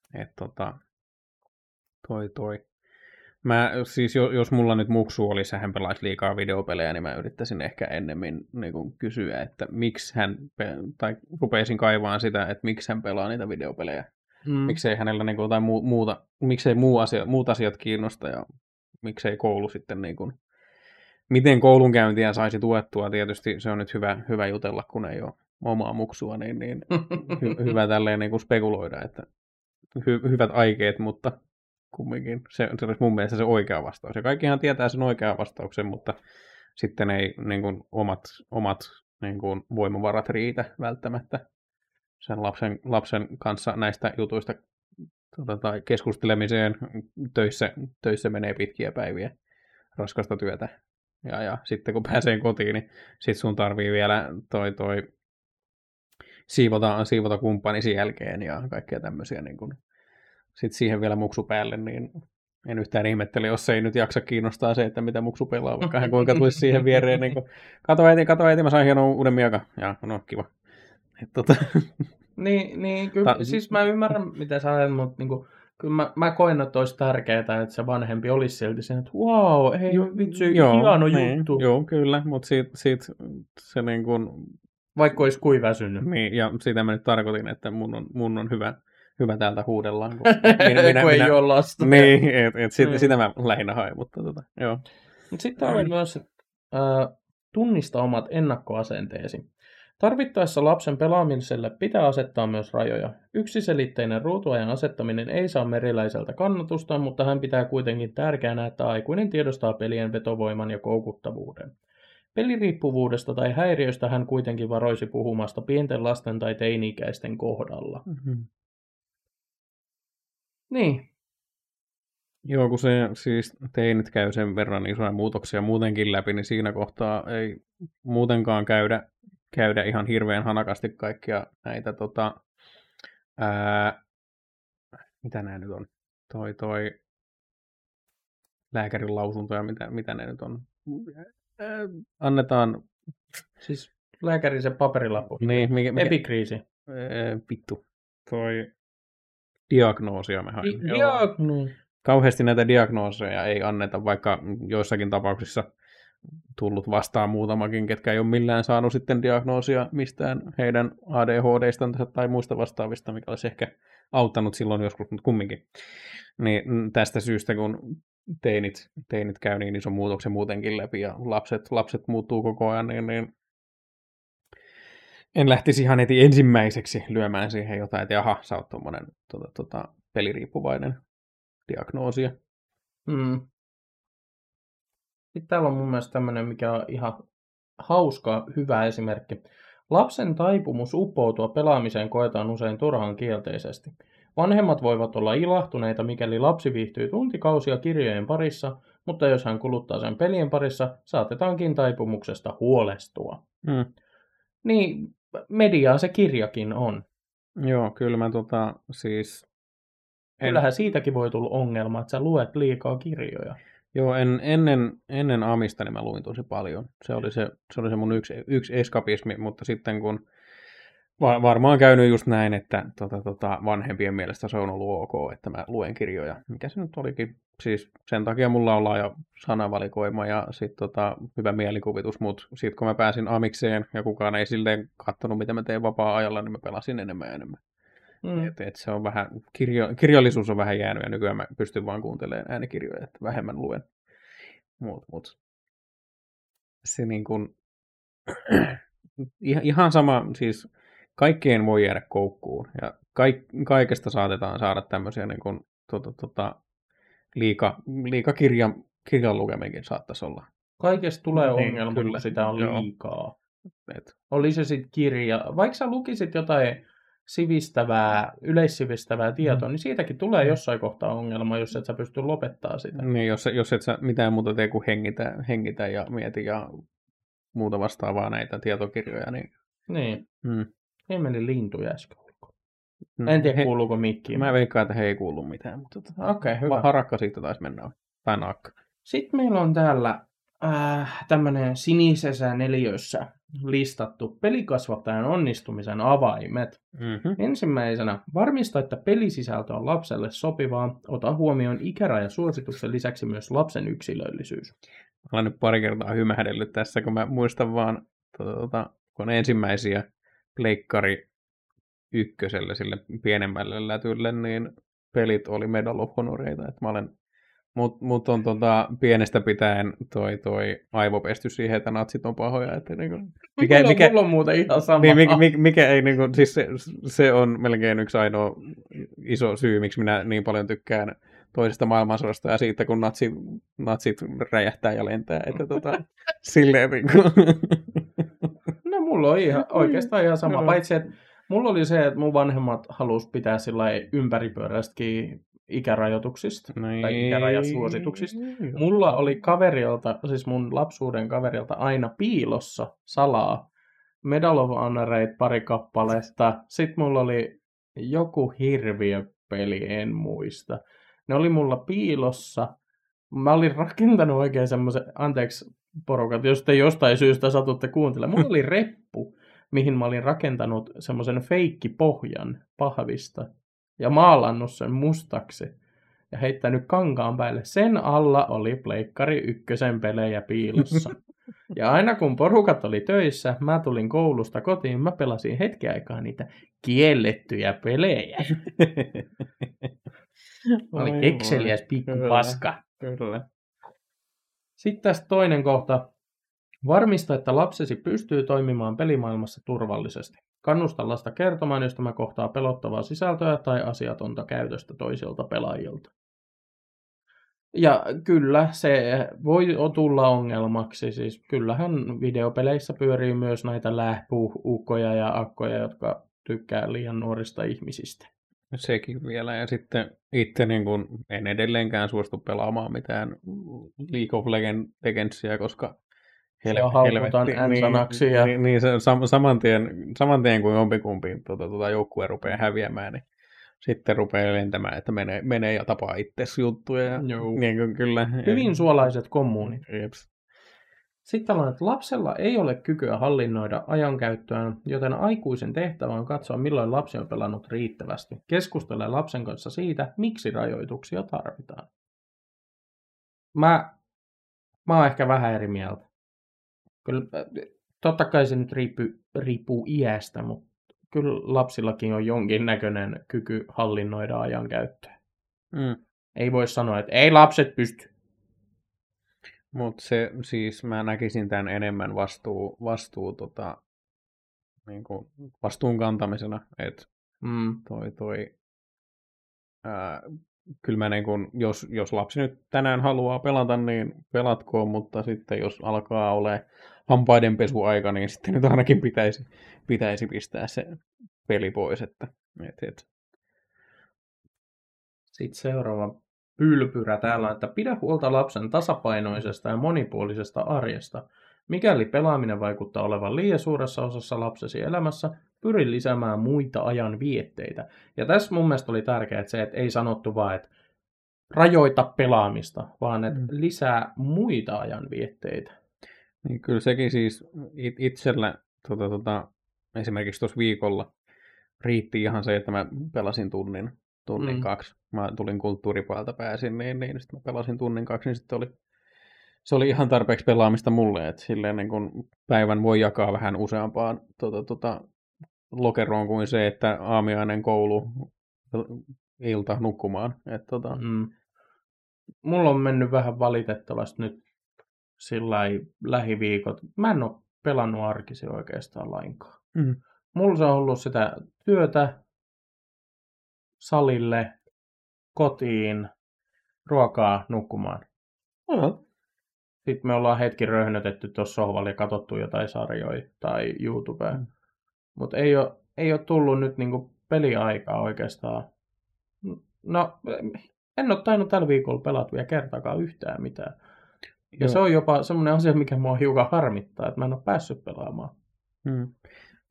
Mä, siis jos mulla nyt muksu olisi ja hän pelaisi liikaa videopelejä, niin mä yrittäisin ehkä ennemmin niin kuin kysyä, että miksi tai rupeisin kaivaan sitä, että miksi hän pelaa niitä videopelejä. Miksei hänellä niin kuin jotain muuta, miksei muut asiat kiinnosta ja miksei koulu sitten niin kuin, miten koulunkäyntiä saisi tuettua. Tietysti se on nyt hyvä jutella, kun ei ole omaa muksua, niin hyvä tälleen niin kuin spekuloida, että hyvät aikeet, mutta kumminkin se olisi mun mielestä se oikea vastaus. Ja kaikkihan tietää sen oikean vastauksen, mutta sitten ei niin kuin, omat niin kuin, voimavarat riitä välttämättä sen lapsen kanssa näistä jutuista tai keskustelemiseen. Töissä menee pitkiä päiviä, raskasta työtä. Ja sitten kun pääsee kotiin, niin sit sun tarvii vielä toi siivota kumppanisi jälkeen ja kaikkea tämmöisiä niin kuin, sitten siihen vielä muksu päälle, niin en yhtään ihmettele, jos ei nyt jaksa kiinnostaa se, että mitä muksu pelaa, vaikka hän kuinka tulisi siihen viereen, niin kuin, kato äiti, mä sain hienon uuden miakan. Ja no, kiva. Niin kyllä, siis mä ymmärrän, mitä sä ajat, mutta niin kuin, kyllä mä koen, että olisi tärkeää, että se vanhempi olisi silti sen, että wow, hei vitsi, hieno juttu. Joo, kyllä, mutta siitä se niin kuin... Vaikka olisi kuin väsynyt. Niin, ja sitä mä nyt tarkoitin, että mun on hyvä täältä huudellaan. Kun ei ole lasta. Niin, sitä mä lähinnä hain, mutta joo. Sitten oli myös tunnista omat ennakkoasenteesi. Tarvittaessa lapsen pelaamiselle pitää asettaa myös rajoja. Yksiselitteinen ruutuajan asettaminen ei saa Meriläiseltä kannatusta, mutta hän pitää kuitenkin tärkeänä, että aikuinen tiedostaa pelien vetovoiman ja koukuttavuuden. Peliriippuvuudesta tai häiriöstä hän kuitenkin varoisi puhumasta pienten lasten tai teini-ikäisten kohdalla. Mm-hmm. Niin. Joo, kun se siis teinit käy sen verran isoja muutoksia muutenkin läpi, niin siinä kohtaa ei muutenkaan käydä ihan hirveän hanakasti kaikkia näitä mitä nämä nyt on? Toi lääkärin lausuntoja, mitä ne nyt on? Annetaan... Siis lääkärin se paperilappu. Niin, epikriisi. Vittu. Toi diagnoosia me hain. Kauheasti näitä diagnooseja ei anneta, vaikka joissakin tapauksissa tullut vastaan muutamakin, ketkä ei ole millään saanut sitten diagnoosia mistään heidän ADHDistansa tai muista vastaavista, mikä olisi ehkä auttanut silloin joskus, mutta kumminkin. Niin tästä syystä, kun teinit käy niin ison muutoksen muutenkin läpi ja lapset muuttuu koko ajan, niin en lähtisi ihan heti ensimmäiseksi lyömään siihen jotain, että jaha, sä oot tommonen peliriippuvainen diagnoosia. Sitten täällä on mun mielestä tämmöinen, mikä on ihan hauska, hyvä esimerkki. Lapsen taipumus uppoutua pelaamiseen koetaan usein turhaan kielteisesti. Vanhemmat voivat olla ilahtuneita, mikäli lapsi viihtyy tuntikausia kirjojen parissa, mutta jos hän kuluttaa sen pelien parissa, saatetaankin taipumuksesta huolestua. Niin, mediaa se kirjakin on. Joo, kyllä mä siis... Kyllähän siitäkin voi tulla ongelma, että sä luet liikaa kirjoja. Joo, ennen Amista niin mä luin tosi paljon. Se oli se mun yksi eskapismi, mutta sitten kun varmaan käynyt just näin, että vanhempien mielestä se on ollut ok, että mä luen kirjoja. Mikä se nyt olikin? Siis sen takia mulla on laaja sanavalikoima ja sitten hyvä mielikuvitus, mutta sitten kun mä pääsin Amikseen ja kukaan ei silleen katsonut, mitä mä teen vapaa-ajalla, niin mä pelasin enemmän ja enemmän. Et se on vähän, kirjallisuus on vähän jäänyt ja nykyään mä pystyn vaan kuuntelemaan äänikirjoja, että vähemmän luen. Mut. Se niin kuin, ihan sama, siis kaikkeen voi jäädä koukkuun ja kaikesta saatetaan saada tämmöisiä niin kuin, liika kirjan lukeminkin saattaisi olla. Kaikesta tulee ongelma, kun sitä on liikaa. Oli se sitten kirja, vaikka sä lukisit jotain sivistävää, yleissivistävää tietoa, niin siitäkin tulee jossain kohtaa ongelma, jos et sä pysty lopettamaan sitä. Niin, jos et sä mitään muuta tee kuin hengitä ja mieti ja muuta vastaavaa näitä tietokirjoja, niin Niin. Mm. Ei meni lintuja äsken ulkoa. En tiedä, kuuluuko mikkiin. Mä veikkaan, että he ei kuulu mitään. Mutta Okei, hyvä. Harakka siitä taisi mennä. Tai naakka. Sitten meillä on täällä tämmöinen sinisessä neliössä listattu pelikasvattajan onnistumisen avaimet. Mm-hmm. Ensimmäisenä, varmista, että pelisisältö on lapselle sopivaa. Ota huomioon ikäraja suosituksen lisäksi myös lapsen yksilöllisyys. Olen nyt pari kertaa hymähdellyt tässä, kun mä muistan vaan, kun ensimmäisiä Pleikkari ykkösellä sille pienemmälle lätylle, niin pelit oli Medal of Honoreita. Mut on pienestä pitäen toi aivopesty siihen, että natsit on pahoja. Että niinku, mulla on muuten ihan sama. Niin, mikä ei, niinku, siis se on melkein yksi ainoa iso syy, miksi minä niin paljon tykkään toisesta maailmansodasta ja siitä, kun natsit räjähtää ja lentää. Että silleen niinku. No mulla on oikeastaan ihan sama, paitsi että mulla oli se, että mun vanhemmat halusi pitää sillai ympäripyöräistäkin ikärajoituksista tai ikärajasuosituksista. Mulla oli kaverilta, siis mun lapsuuden kaverilta aina piilossa salaa Medal of Honoreita pari kappaletta. Sitten mulla oli joku hirviöpeli, en muista. Ne oli mulla piilossa. Mä olin rakentanut oikein semmoisen, anteeksi porukat, jos te jostain syystä satutte kuuntelemaan. Mulla oli reppu, mihin mä olin rakentanut semmoisen feikkipohjan pahvista ja maalannut sen mustaksi ja heittänyt kankaan päälle. Sen alla oli Pleikkari ykkösen pelejä piilossa. Ja aina kun porukat oli töissä, mä tulin koulusta kotiin, mä pelasin hetken aikaa niitä kiellettyjä pelejä. Oli kekseliäs pikku paska. Kyllä. Sitten tästä toinen kohta. Varmista, että lapsesi pystyy toimimaan pelimaailmassa turvallisesti. Kannusta lasta kertomaan, jos tämä kohtaa pelottavaa sisältöä tai asiatonta käytöstä toisilta pelaajilta. Ja kyllä, se voi tulla ongelmaksi. Siis kyllähän videopeleissä pyörii myös näitä lähpuukkoja ja akkoja, jotka tykkää liian nuorista ihmisistä. Sekin vielä. Ja sitten itse niin kun en edelleenkään suostu pelaamaan mitään League of Legendsia, koska haukutaan N-sanaksi. Niin se saman tien kuin jompikumpi joukkue rupeaa häviämään, niin sitten rupeaa lentämään, että menee ja tapaa itsesi juttuja. Niin, kyllä. Hyvin suolaiset kommunit. Jeps. Sitten on, että lapsella ei ole kykyä hallinnoida ajankäyttöään, joten aikuisen tehtävä on katsoa, milloin lapsi on pelannut riittävästi. Keskustele lapsen kanssa siitä, miksi rajoituksia tarvitaan. Mä oon ehkä vähän eri mieltä. Kyllä, totta kai se nyt riippuu iästä, mutta kyllä lapsillakin on jonkinnäköinen kyky hallinnoida ajankäyttöä. Ei voi sanoa, että ei lapset pysty. Mutta se siis mä näkisin tämän enemmän niinku vastuun kantamisena, että kyllä mä niinku, jos lapsi nyt tänään haluaa pelata, niin pelatkoon, mutta sitten jos alkaa ole hampaidenpesuaika, niin sitten nyt ainakin pitäisi pistää se peli pois. Sitten seuraava pylpyrä täällä, että pidä huolta lapsen tasapainoisesta ja monipuolisesta arjesta. Mikäli pelaaminen vaikuttaa olevan liian suuressa osassa lapsesi elämässä, pyri lisäämään muita ajan vietteitä. Ja tässä mun mielestä oli tärkeää että se, että ei sanottu vaan, että rajoita pelaamista, vaan että lisää muita ajan vietteitä. Niin kyllä sekin siis itsellä esimerkiksi tuossa viikolla riitti ihan se, että mä pelasin tunnin 2. Mä tulin kulttuuripuolelta pääsin, niin sitten mä pelasin tunnin 2, niin sitten se oli ihan tarpeeksi pelaamista mulle, että silleen niin kun päivän voi jakaa vähän useampaan lokeroon kuin se, että aamiainen, koulu, ilta nukkumaan. Mulla on mennyt vähän valitettavasti nyt sillai lähiviikot. Mä en ole pelannut arkisia oikeastaan lainkaan. Mulla se on ollut sitä työtä, salille, kotiin, ruokaa, nukkumaan. Sitten me ollaan hetki röhnötetty tuossa sohvalla ja katsottu jotain sarjoja tai YouTubea. Mutta ei ole tullut nyt niinku peliaikaa oikeastaan. No, en ole tainnut tällä viikolla pelata vielä kertaakaan yhtään mitään. Ja se on jopa semmoinen asia, mikä mua hiukan harmittaa, että mä en ole päässyt pelaamaan.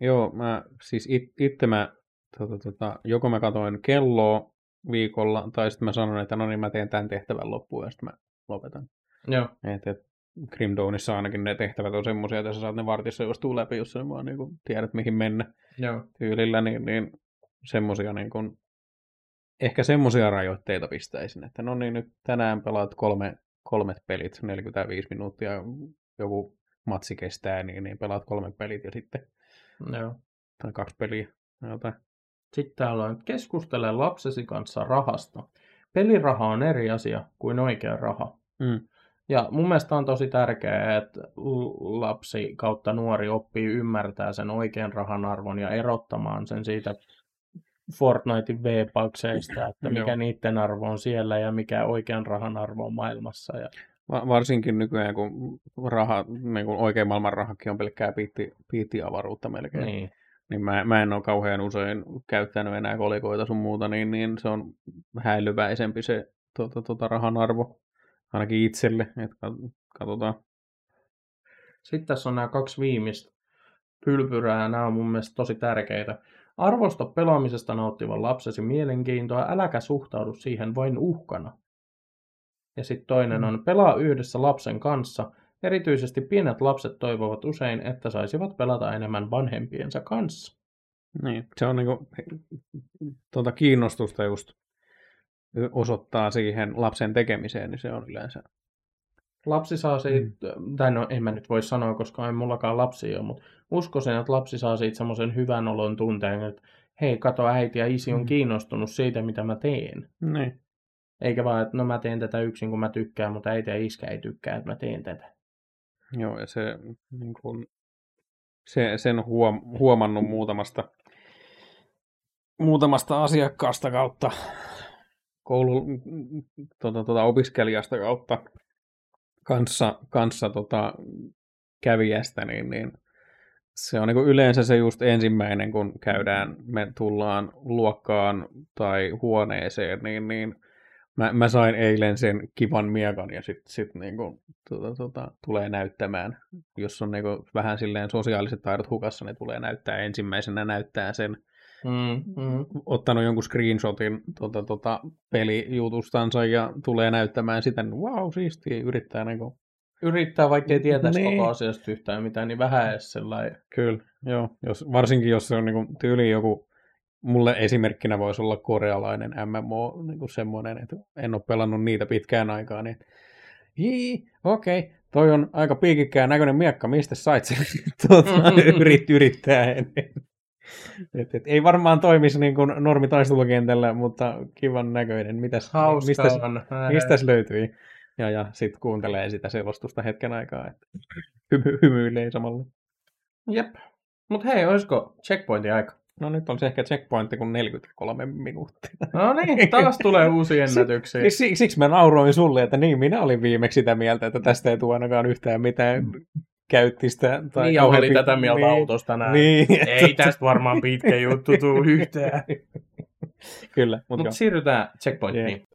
Joo, siis itse joko mä katoin kelloa viikolla, tai sitten mä sanoin, että no niin, mä teen tämän tehtävän loppuun, ja sitten mä lopetan. Joo. Et Grim Dawnissa ainakin ne tehtävät on semmoisia, että sä saat ne vartissa juostua läpi, jos sä vaan niin tiedät, mihin mennä Joo. tyylillä, niin semmoisia niin kuin, ehkä semmoisia rajoitteita pistäisin, että no niin, nyt tänään pelaat kolmet pelit, 45 minuuttia joku matsi kestää, niin pelaat 3 pelit ja sitten, Joo. tai 2 peliä, jotain. Sitten täällä on, keskustele lapsesi kanssa rahasta. Peliraha on eri asia kuin oikea raha. Ja mun mielestä on tosi tärkeää, että lapsi kautta nuori oppii ymmärtää sen oikean rahan arvon ja erottamaan sen siitä Fortnitein V-pakseista, että mikä Joo. niiden arvo on siellä ja mikä oikean rahan arvo on maailmassa. Ja... Varsinkin nykyään, kun raha, niin kuin oikein maailman rahakin on pelkkää piittiavaruutta melkein. Niin mä en ole kauhean usein käyttänyt enää kolikoita sun muuta, niin se on häilyväisempi se rahan arvo, ainakin itselle, että katsotaan. Sitten tässä on nämä 2 viimeistä pylpyrää, ja nämä on mun mielestä tosi tärkeitä. Arvosta pelaamisesta nauttivan lapsesi mielenkiintoa, äläkä suhtaudu siihen vain uhkana. Ja sitten toinen on, pelaa yhdessä lapsen kanssa. Erityisesti pienet lapset toivovat usein, että saisivat pelata enemmän vanhempiensa kanssa. Niin, se on niinku, kiinnostusta just osoittaa siihen lapsen tekemiseen, niin se on yleensä. Lapsi saa siitä, tai no en mä nyt voi sanoa, koska ei mullakaan lapsia ole, mutta uskoisin, että lapsi saa siitä semmoisen hyvän olon tunteen, että hei, kato, äiti ja isi on kiinnostunut siitä, mitä mä teen. Niin. Eikä vaan, että no mä teen tätä yksin, kun mä tykkään, mutta äiti ja iskä ei tykkää, että mä teen tätä. Joo, ja se, niin kun, sen huomannut muutamasta asiakkaasta kautta, opiskelijasta kautta, kanssa kävijästä, niin se on niin kuin yleensä se just ensimmäinen, kun me tullaan luokkaan tai huoneeseen, niin mä sain eilen sen kivan miekan ja sit niin kuin, tulee näyttämään, jos on niin kuin vähän silleen sosiaaliset taidot hukassa, niin tulee näyttää sen, ottanut jonkun screenshotin pelijutustansa ja tulee näyttämään sitä, niin wow, siistiä, yrittää niin kuin... Yrittää, vaikka ei tietäisi koko asiasta yhtään mitään, niin vähän edes sellainen. Kyllä, joo. Varsinkin jos se on niin kuin tyyli joku, mulle esimerkkinä voisi olla korealainen MMO, niin kuin semmoinen, että en ole pelannut niitä pitkään aikaa, niin okei, toi on aika piikikkään näköinen miekka, mistä sait sen yrittää. Et ei varmaan toimisi niin kuin normitaistelukentällä, mutta kivan näköinen. Mistäs löytyi? Ja sitten kuuntelee sitä selostusta hetken aikaa, että hymyilee samalla. Jep. Mut hei, olisiko checkpointin aika? No nyt on se ehkä checkpointti kuin 43 minuuttia. No niin, taas tulee uusia ennätyksiä. Siksi mä nauroin sulle, että niin, minä olin viimeksi sitä mieltä, että tästä ei tule ainakaan yhtään mitään käyttistä. Tai niin, ja oli tätä mieltä autosta näin. Niin, ei tästä varmaan pitkä juttu tule yhtään. Kyllä. Mutta siirrytään checkpointtiin.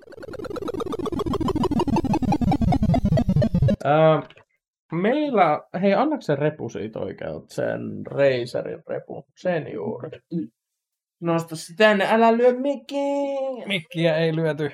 Meillä, hei, annaks sen repu siitä oikealta, sen Razerin repu, sen juuri. Nosta se tänne, älä lyö mikkiä. Mikkiä ei lyöty.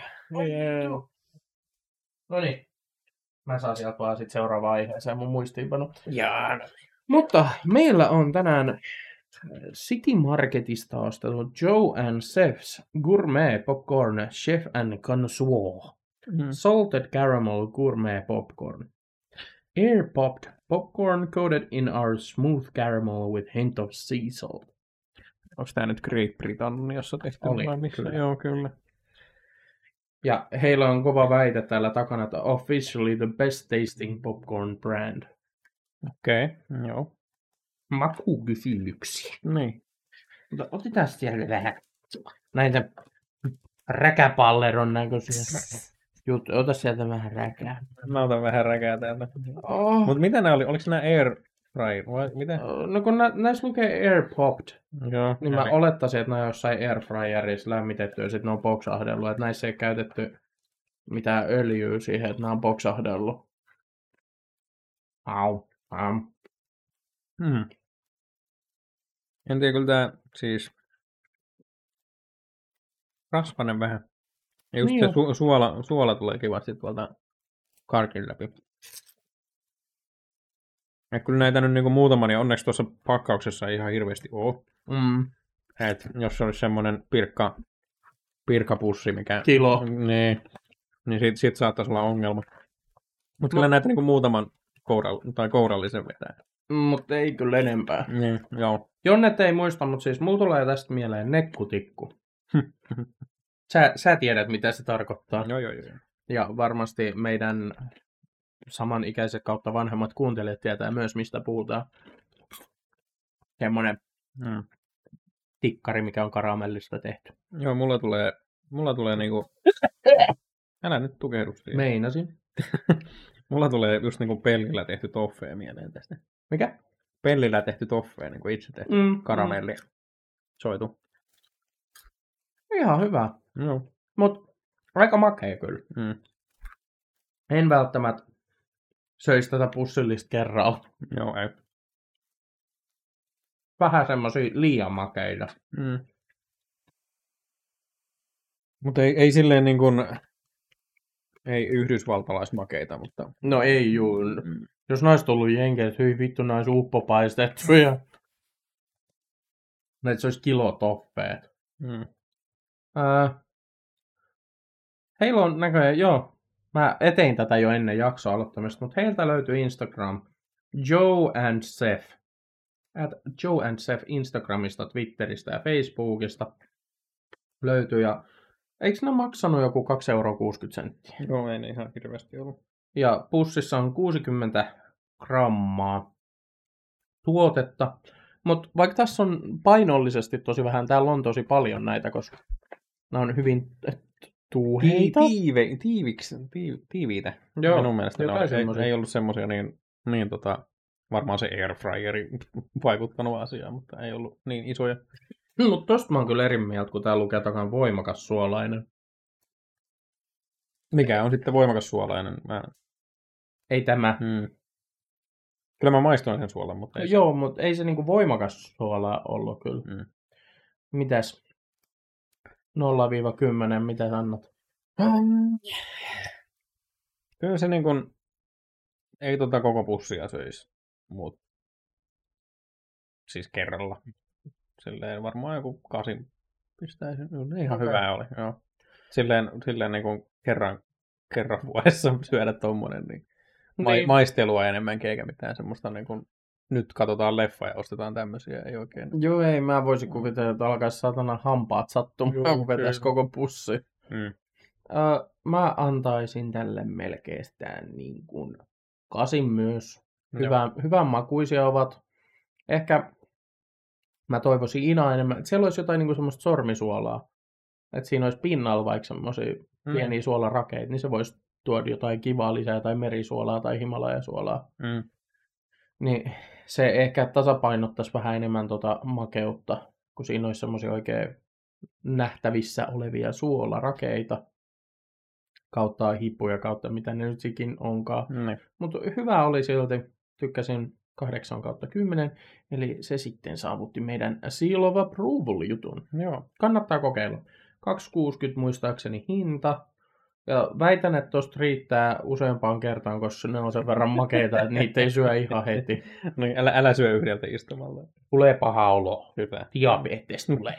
No niin, mä saan sieltä vaan sit seuraavaan aiheeseen mun muistiinpano. Jaa. Mutta meillä on tänään City Marketista ostettu Joe and Chef's Gourmet Popcorn Chef and Connoisseur. Salted Caramel Gourmet Popcorn. Air-popped popcorn coated in our smooth caramel with hint of sea salt. Onko tämä nyt Great Britanniassa tehty? Oli, kyllä. Joo, kyllä. Ja heillä on kova väite täällä takana, että officially the best tasting popcorn brand. Okei, joo. Makukysymyksiä. Niin. Mutta otetaan siellä vähän näitä räkäpalleron näköisiä. Ota sieltä vähän räkää. Mä otan vähän räkää täältä. Oh. Mutta mitä nämä oli? Oliko nämä air fryer? Mitä? No kun näissä lukee air popped, joo, niin mä olettaisin, että nämä on jossain airfryerissa lämmitetty ja sitten ne on boksahdellut. Että näissä ei käytetty mitään öljyä siihen, että nämä on boksahdellut. En tiedä, kyllä tää siis rasvanen vähän. Ja just Niin se jo. suola tulee kivasti tuolta karkin läpi. Et kyllä näitä nyt niinku muutaman, ja onneksi tuossa pakkauksessa ei ihan hirveästi oo. Mm. Et jos se olisi semmonen pirkkapussi, mikä... Kilo. Niin sit saattaisi olla ongelma. Mutta kyllä näitä niinku muutaman kourallisen vetää. Mutta ei kyllä enempää. Niin, joo. Jonnet ei muista, mutta siis mulla tulee tästä mieleen nekkutikku. Sä tiedät, mitä se tarkoittaa. Joo. Ja varmasti meidän samanikäiset kautta vanhemmat kuuntelijat tietää myös, mistä puhutaan. Semmoinen tikkari, mikä on karamellista tehty. Joo, mulla tulee niinku... Älä nyt tukehdu siihen. Meinasin. Mulla tulee just niinku pellillä tehty toffee mieleen tästä. Mikä? Pellillä tehty toffee, niinku itse tehty karamelli. Soitu. Ihan hyvä. Joo. Mut aika makea kyllä. En välttämättä söisi tätä pussillista kerralla. Joo, ei. Vähän semmosia liian makeita. Mutta ei silleen niin kuin, ei yhdysvaltalaismakeita, mutta... No ei juu. Jos nais tullut jenkeet, hyi vittu nais uppopaistettuja. Näitä se olisi kilotoffeet. Heillä on näköjään, joo. Mä etein tätä jo ennen jaksoa aloittamista, mutta heiltä löytyy Instagram. Joe and Seth. Joe and Seth Instagramista, Twitteristä ja Facebookista löytyy. Ja eikö ne maksanut joku 2,60 €? Joo, ei ne ihan hirveästi ollut. Ja pussissa on 60 grammaa tuotetta. Mutta vaikka tässä on painollisesti tosi vähän, täällä on tosi paljon näitä, koska nämä on hyvin tuuheita. Tiiviitä. Joo, minun mielestä ne ei ollut semmosia niin varmaan se airfryeri vaikuttanut asiaan, mutta ei ollut niin isoja. Mutta tosta mä oon kyllä eri mieltä, kun tää lukee takan voimakas suolainen. Mikä on sitten voimakas suolainen? Ei tämä. Kyllä mä maistoin sen suolan, mutta ei Joo, mutta ei se niinku voimakas suola ollut kyllä. Mitäs? 0-10, mitä annat? Kyllä se niin kuin, ei koko pussia söisi, mutta siis kerralla. Silleen varmaan joku 8 pistäisin. Ihan hyvää oli, joo. Silleen niin kuin kerran vuodessa syödä tommonen, niin maistelua enemmänkin eikä mitään semmoista niin kuin, nyt katsotaan leffa ja ostetaan tämmöisiä, ei oikein. Joo, ei, mä voisin kuvitella, että alkaisi satana hampaat sattumaan, kun vetäisi koko pussi. Mä antaisin tälle melkeistään niin kuin 8 myös. Hyvän makuisia ovat. Ehkä mä toivoisin Inaa enemmän, että siellä olisi jotain niin kuin semmoista sormisuolaa. Että siinä olisi pinnalla vaikka semmoisia pieniä suolarakeita, niin se voisi tuoda jotain kivaa lisää, tai merisuolaa tai himalajasuolaa. Niin se ehkä tasapainottaisi vähän enemmän makeutta, kun siinä olisi semmoisia oikein nähtävissä olevia suolarakeita kautta hipuja kautta mitä ne nyt sikin onkaan. Mutta hyvä oli silti, tykkäsin 8/10, eli se sitten saavutti meidän Seal of Approval-jutun. Joo. Kannattaa kokeilla. 2,60 muistaakseni hinta. Ja väitän, että tosta riittää useampaan kertaan, koska ne on sen verran makeita, että niitä ei syö ihan heti. No, älä syö yhdeltä istumalla. Tulee paha olo. Hyvä. Diabetes tulee.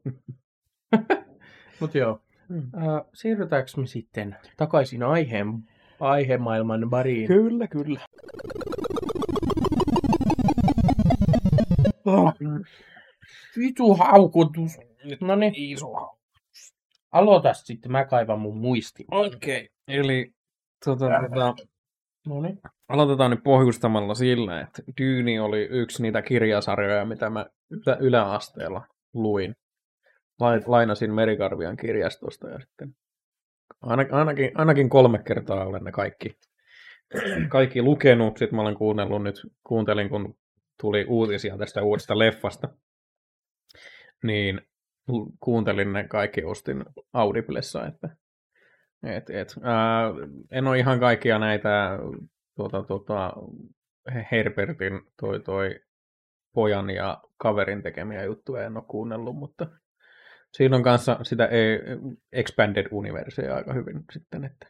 Mut joo. Siirrytäänkö me sitten takaisin aihemaailman bariin? Kyllä. Vitu haukutus. Noniin. Aloita sitten, mä kaivan mun muisti. Okei. Eli Noniin. aloitetaan nyt pohjustamalla sillä, että Dune oli yksi niitä kirjasarjoja, mitä mä yläasteella luin. Lainasin Merikarvian kirjastosta ja sitten ainakin 3 kertaa olen ne kaikki lukenut. Sitten mä olen kuuntelin, kun tuli uutisia tästä uudesta leffasta. Niin kuuntelin ne kaikki, ostin Audiblessa, että en ole ihan kaikkia näitä Herbertin toi pojan ja kaverin tekemiä juttuja en ole kuunnellut, mutta siinä on kanssa sitä Expanded Universea aika hyvin sitten, että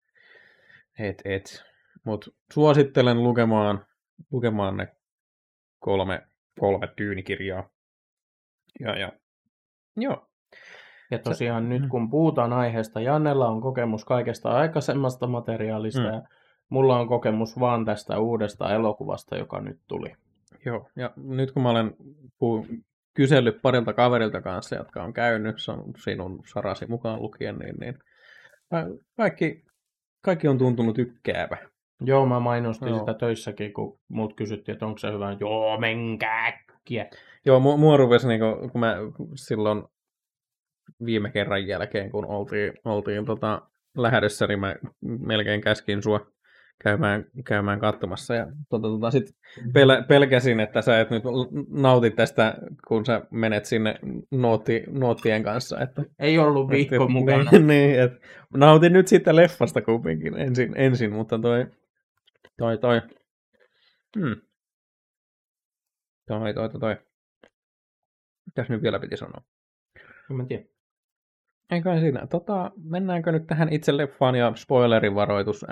Mutta suosittelen lukemaan ne kolme Dune-kirjaa. Ja joo. Ja tosiaan nyt kun puhutaan aiheesta, Jannella on kokemus kaikesta aikaisemmasta materiaalista ja mulla on kokemus vaan tästä uudesta elokuvasta, joka nyt tuli. Joo, ja nyt kun mä olen kysellyt parilta kaverilta kanssa, jotka on käynyt, sinun Sarasi mukaan lukien, niin kaikki on tuntunut tykkäävä. Joo, mä mainostin sitä töissäkin, kun muut kysyttiin, että onko se hyvä. Joo, menkää äkkiä. Joo, mua rupesi, kun mä silloin viime kerran jälkeen, kun oltiin lähdössä, niin mä melkein käskin sua käymään katsomassa. Ja sitten pelkäsin, että sä et nyt nauti tästä, kun sä menet sinne noottien kanssa. Että, ei ollut viikko mukana. Niin, että nautin nyt siitä leffasta kumminkin ensin, mutta toi. Mitäs nyt vielä piti sanoa? En tiedä. Eikä siinä. Mennäänkö nyt tähän itse leffaan ja spoilerin varoitus?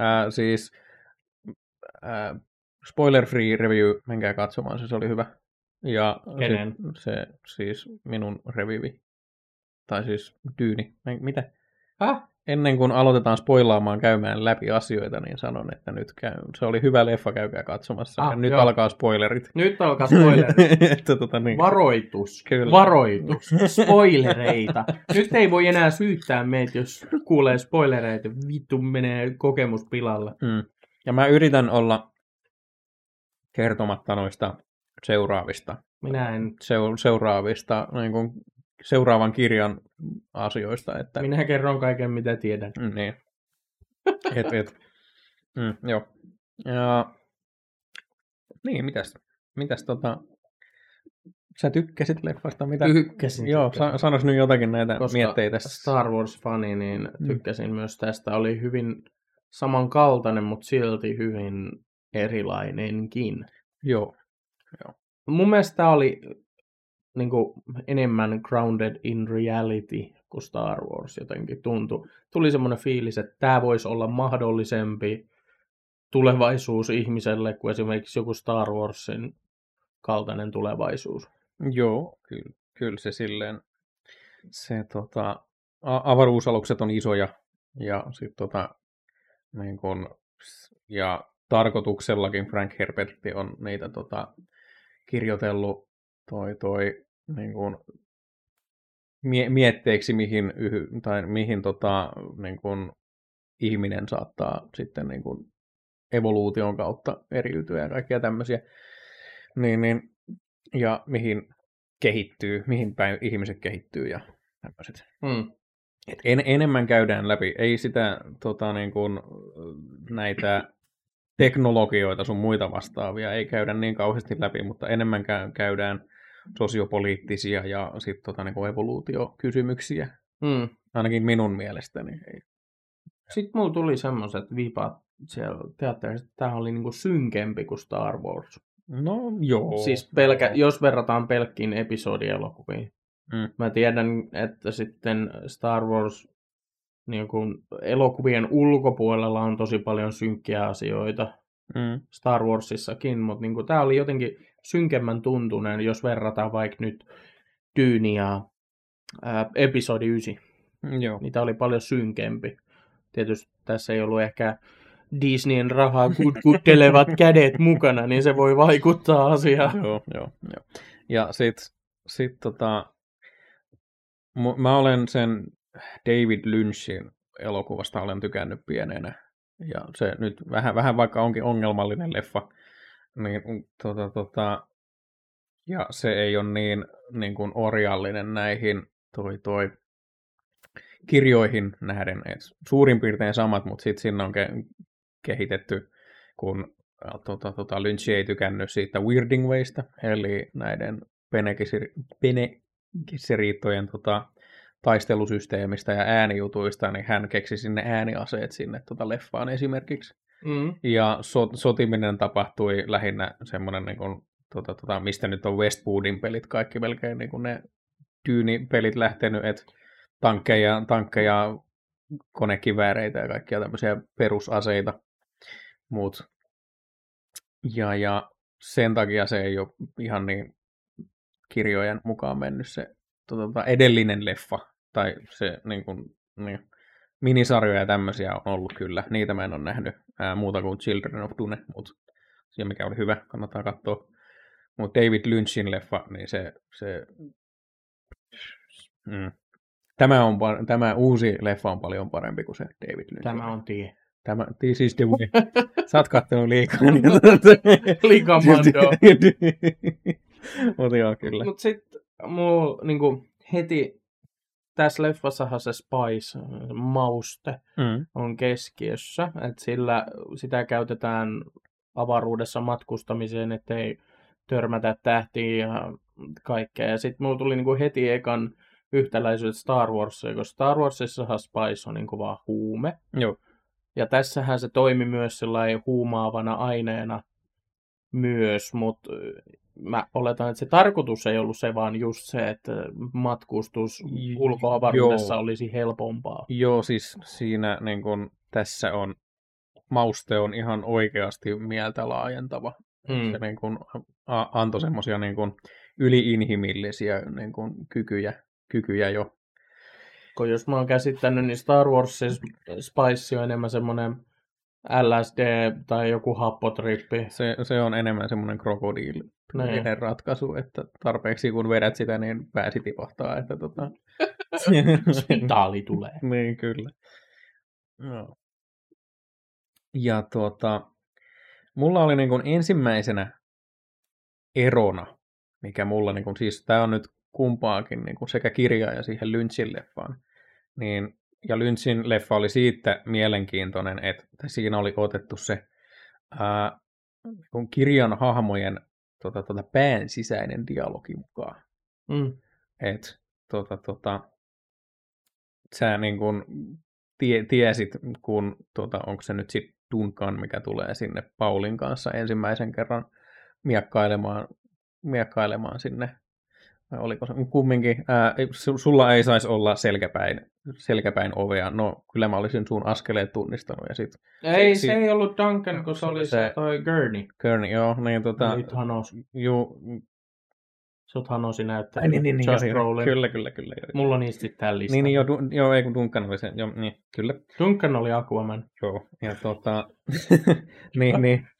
Spoiler-free review, menkää katsomaan, se oli hyvä. Ja kenen? Se siis minun revivi. Tai siis Dyyni. Mitä? Ennen kuin aloitetaan spoilaamaan käymään läpi asioita, niin sanon, että nyt se oli hyvä leffa, käykää katsomassa. Ja nyt alkaa spoilerit. Nyt alkaa spoilerit. Niin. Varoitus. Kyllä. Varoitus. Spoilereita. Nyt ei voi enää syyttää meitä, jos kuulee spoilereita. Vittu menee kokemus pilalle. Ja mä yritän olla kertomatta noista seuraavista. Minä en. Seuraavista niin kuin seuraavan kirjan asioista. Että minä kerron kaiken, mitä tiedän. Niin. Joo. Ja niin, mitäs sä tykkäsit leffasta? Mitä? Tykkäsin. Joo, sanois nyt jotakin näitä mietteitä. Star Wars-fani, niin tykkäsin myös tästä. Oli hyvin samankaltainen, mutta silti hyvin erilainenkin. Joo. Mun mielestä tämä oli niin kuin enemmän grounded in reality kuin Star Wars jotenkin tuntui. Tuli semmoinen fiilis, että tämä voisi olla mahdollisempi tulevaisuus ihmiselle kuin esimerkiksi joku Star Warsin kaltainen tulevaisuus. Joo, kyllä se silleen. Avaruusalukset on isoja ja sitten niin kun, ja tarkoituksellakin Frank Herbert on niitä kirjoitellut niin kuin mietteeksi, mihin niin kuin ihminen saattaa sitten niin kuin evoluution kautta eriytyä ja kaikkia tämmöisiä. Niin, ja mihin päin ihmiset kehittyy ja tämmöiset. Enemmän käydään läpi. Ei sitä niin kuin, näitä teknologioita sun muita vastaavia ei käydä niin kauheasti läpi, mutta enemmän käydään sosiopoliittisia ja sitten niin evoluutiokysymyksiä. Ainakin minun mielestäni. Sitten mulla tuli semmoiset vipat siellä teatterissa, että tämä oli niinku synkempi kuin Star Wars. No joo. Siis jos verrataan pelkkiin episodielokuviin. Mä tiedän, että sitten Star Wars niin kun elokuvien ulkopuolella on tosi paljon synkkiä asioita Star Warsissakin, mutta niin tämä oli jotenkin synkemmän tuntuneen, jos verrataan vaikka nyt Dune ja episodi 9. Joo. Niitä oli paljon synkempi. Tietysti tässä ei ollut ehkä Disneyn rahaa kutkelevat kädet mukana, niin se voi vaikuttaa asiaan. Joo. Ja sit mä olen sen David Lynchin elokuvasta olen tykännyt pienenä. Ja se nyt vähän vaikka onkin ongelmallinen leffa, niin ja se ei ole niin kuin orjallinen näihin toi kirjoihin nähden. Et suurin piirtein samat, mutta sitten siinä on kehitetty, kun Lynch ei tykännyt siitä Weirding Waysta, eli näiden Bene Gesserittojen taistelusysteemistä ja äänijutuista, niin hän keksi sinne ääniaseet sinne leffaan esimerkiksi. Ja sotiminen tapahtui lähinnä semmoinen niin kuin mistä nyt on Westwoodin pelit kaikki melkein niin kuin ne Dune-pelit lähtenyt, että tankkeja, konekivääreitä ja kaikkia tämmöisiä perusaseita. Ja sen takia se ei ole ihan niin kirjojen mukaan mennyt se edellinen leffa. Tai se niin, minisarjoja ja tämmöisiä on ollut kyllä. Niitä mä en ole nähnyt muuta kuin Children of Dune, mutta se mikä oli hyvä, kannattaa katsoa. Mutta David Lynchin leffa, niin tämä uusi leffa on paljon parempi kuin se David Lynch. Tämä on tie. This is the way. Sä oot kattonut liikaa. Liikaa Mandoa. Mutta joo, kyllä. Mutta sitten mulla niinku heti tässä leffassahan se spice, mauste, on keskiössä. Että sitä käytetään avaruudessa matkustamiseen, ettei törmätä tähtiin ja kaikkea. Ja sitten mulla tuli niinku heti ekan yhtäläisyydet Star Warsiin, koska Star Warsissahan spice on niinku vaan huume. Joo. Ja tässähän se toimi myös sellainen huumaavana aineena myös, mutta mä oletan, että se tarkoitus ei ollut se, vaan just se, että matkustus ulkoavaruudessa olisi helpompaa. Joo, siis siinä niin kun, tässä on mauste on ihan oikeasti mieltä laajentava. Se niin kun, antoi semmoisia niin kun, yliinhimillisiä niin kun, kykyjä jo. Kun jos mä oon käsittänyt, niin Star Wars spice on enemmän semmoinen LSD tai joku happotrippi. Se on enemmän semmoinen krokodilin ratkaisu, että tarpeeksi kun vedät sitä, niin pääsi tipahtaa. Että Spitaali tulee. Niin, kyllä. No. Ja mulla oli niin kuin ensimmäisenä erona, mikä mulla, niin kuin, siis tää on nyt kumpaakin niin kuin sekä kirja ja siihen Lynchin leffaan, niin, ja Lynchin leffa oli siitä mielenkiintoinen, että siinä oli otettu se kirjan hahmojen pään sisäinen dialogi mukaan. Että sä niin kun tiesit, kun onko se nyt sitten Duncan, mikä tulee sinne Paulin kanssa ensimmäisen kerran miekkailemaan sinne. Oliko se kumminkin? Sulla ei saisi olla selkäpäin ovea. No, kyllä mä olisin sun askeleet tunnistanut. Ja se ei ollut Duncan, kun se oli se toi Gurney. Gurney, joo. Niin, nyt Hanos. Sut Hanosi näyttää. Niin, Josh Brolin. Kyllä. Mulla on niistä sitten täällä listalla. Joo, ei kun Duncan oli se. Joo, niin, kyllä. Duncan oli Aquaman. Joo, ja niin.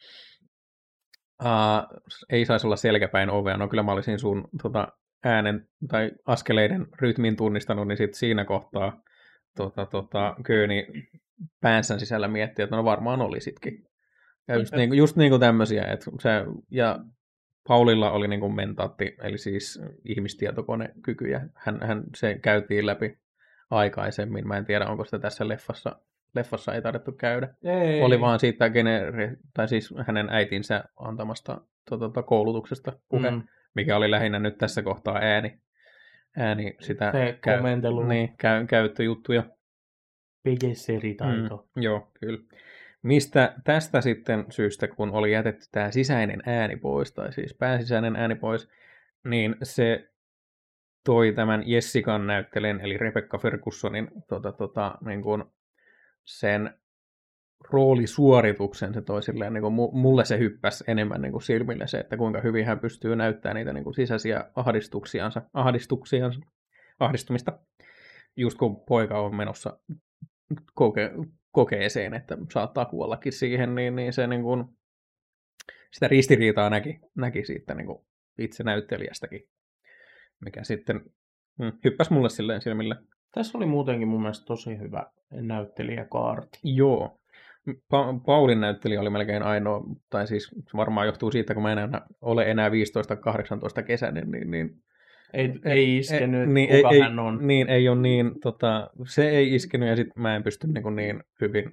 Ei saisi olla selkäpäin ovea. No kyllä mä olisin sun äänen tai askeleiden rytmin tunnistanut, niin sitten siinä kohtaa Kööni päänsä sisällä miettii, että no varmaan olisitkin. Ja just niin kuin tämmöisiä, että ja Paulilla oli niin kuin mentaatti, eli siis ihmistietokonekykyjä. Se käytiin läpi aikaisemmin. Mä en tiedä, onko sitä tässä leffassa ei tarvittu käydä. Ei. Oli vaan siitä tai siis hänen äitinsä antamasta koulutuksesta puhe, mikä oli lähinnä nyt tässä kohtaa ääni sitä käyttöjuttuja. Pigesseritaito. Joo, kyllä. Mistä tästä sitten syystä, kun oli jätetty tämä sisäinen ääni pois, tai siis pääsisäinen ääni pois, niin se toi tämän Jessican näyttelijän, eli Rebecca Fergusonin, niin kuin sen roolisuorituksen se toi silleen, niin kuin mulle se hyppäsi enemmän niin kuin silmille se, että kuinka hyvin hän pystyy näyttämään niitä niin kuin sisäisiä ahdistumista, just kun poika on menossa kokeeseen, että saattaa kuollakin siihen, niin se niin kuin, sitä ristiriitaa näki siitä niin kuin itse näyttelijästäkin, mikä sitten hyppäsi mulle silleen silmille. Tässä oli muutenkin mun mielestä tosi hyvä näyttelijäkaarti. Joo. Paulin näyttelijä oli melkein ainoa, tai siis varmaan johtuu siitä, kun mä en ole enää 15-18 kesäinen, niin ei iskenyt, kuka hän on. Niin, ei ole niin, se ei iskenyt, ja sitten mä en pysty niin hyvin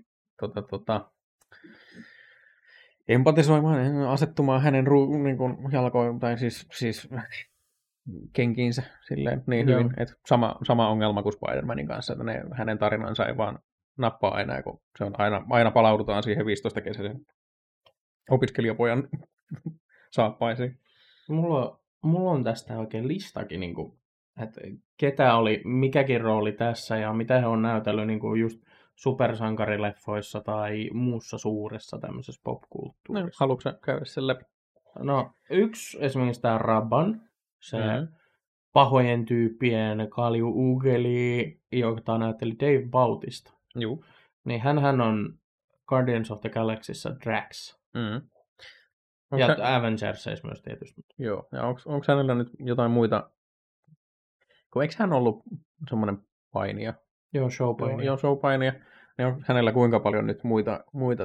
empatisoimaan, asettumaan hänen jalkoihin, tai siis kenkiinsä silleen niin hyvin, että sama ongelma kuin Spider-Manin kanssa, että hänen tarinansa ei vaan nappaa enää, kun se on aina palaudutaan siihen 15-kesäisen opiskelijapojan saappaisiin. Mulla on tästä oikein listakin, niin kuin, että ketä oli mikäkin rooli tässä ja mitä he on näytellyt niin kuin just supersankarileffoissa tai muussa suuressa tämmöisessä No, popkulttuurissa. haluatko sä käydä sen läpi? No, yksi esimerkiksi tämä Rabban, se pahojen tyyppien Kalju Ugeli, jota näytteli Dave Bautista. Juu. Niin hän on Guardians of the Galaxyssa Drax. Onks Ja Avengersissa myös tietysti. Joo, ja onko hänellä nyt jotain muita, kun eikö hän ollut semmoinen painija? Joo, showpainija. Joo, showpainija. Niin on hänellä kuinka paljon nyt muita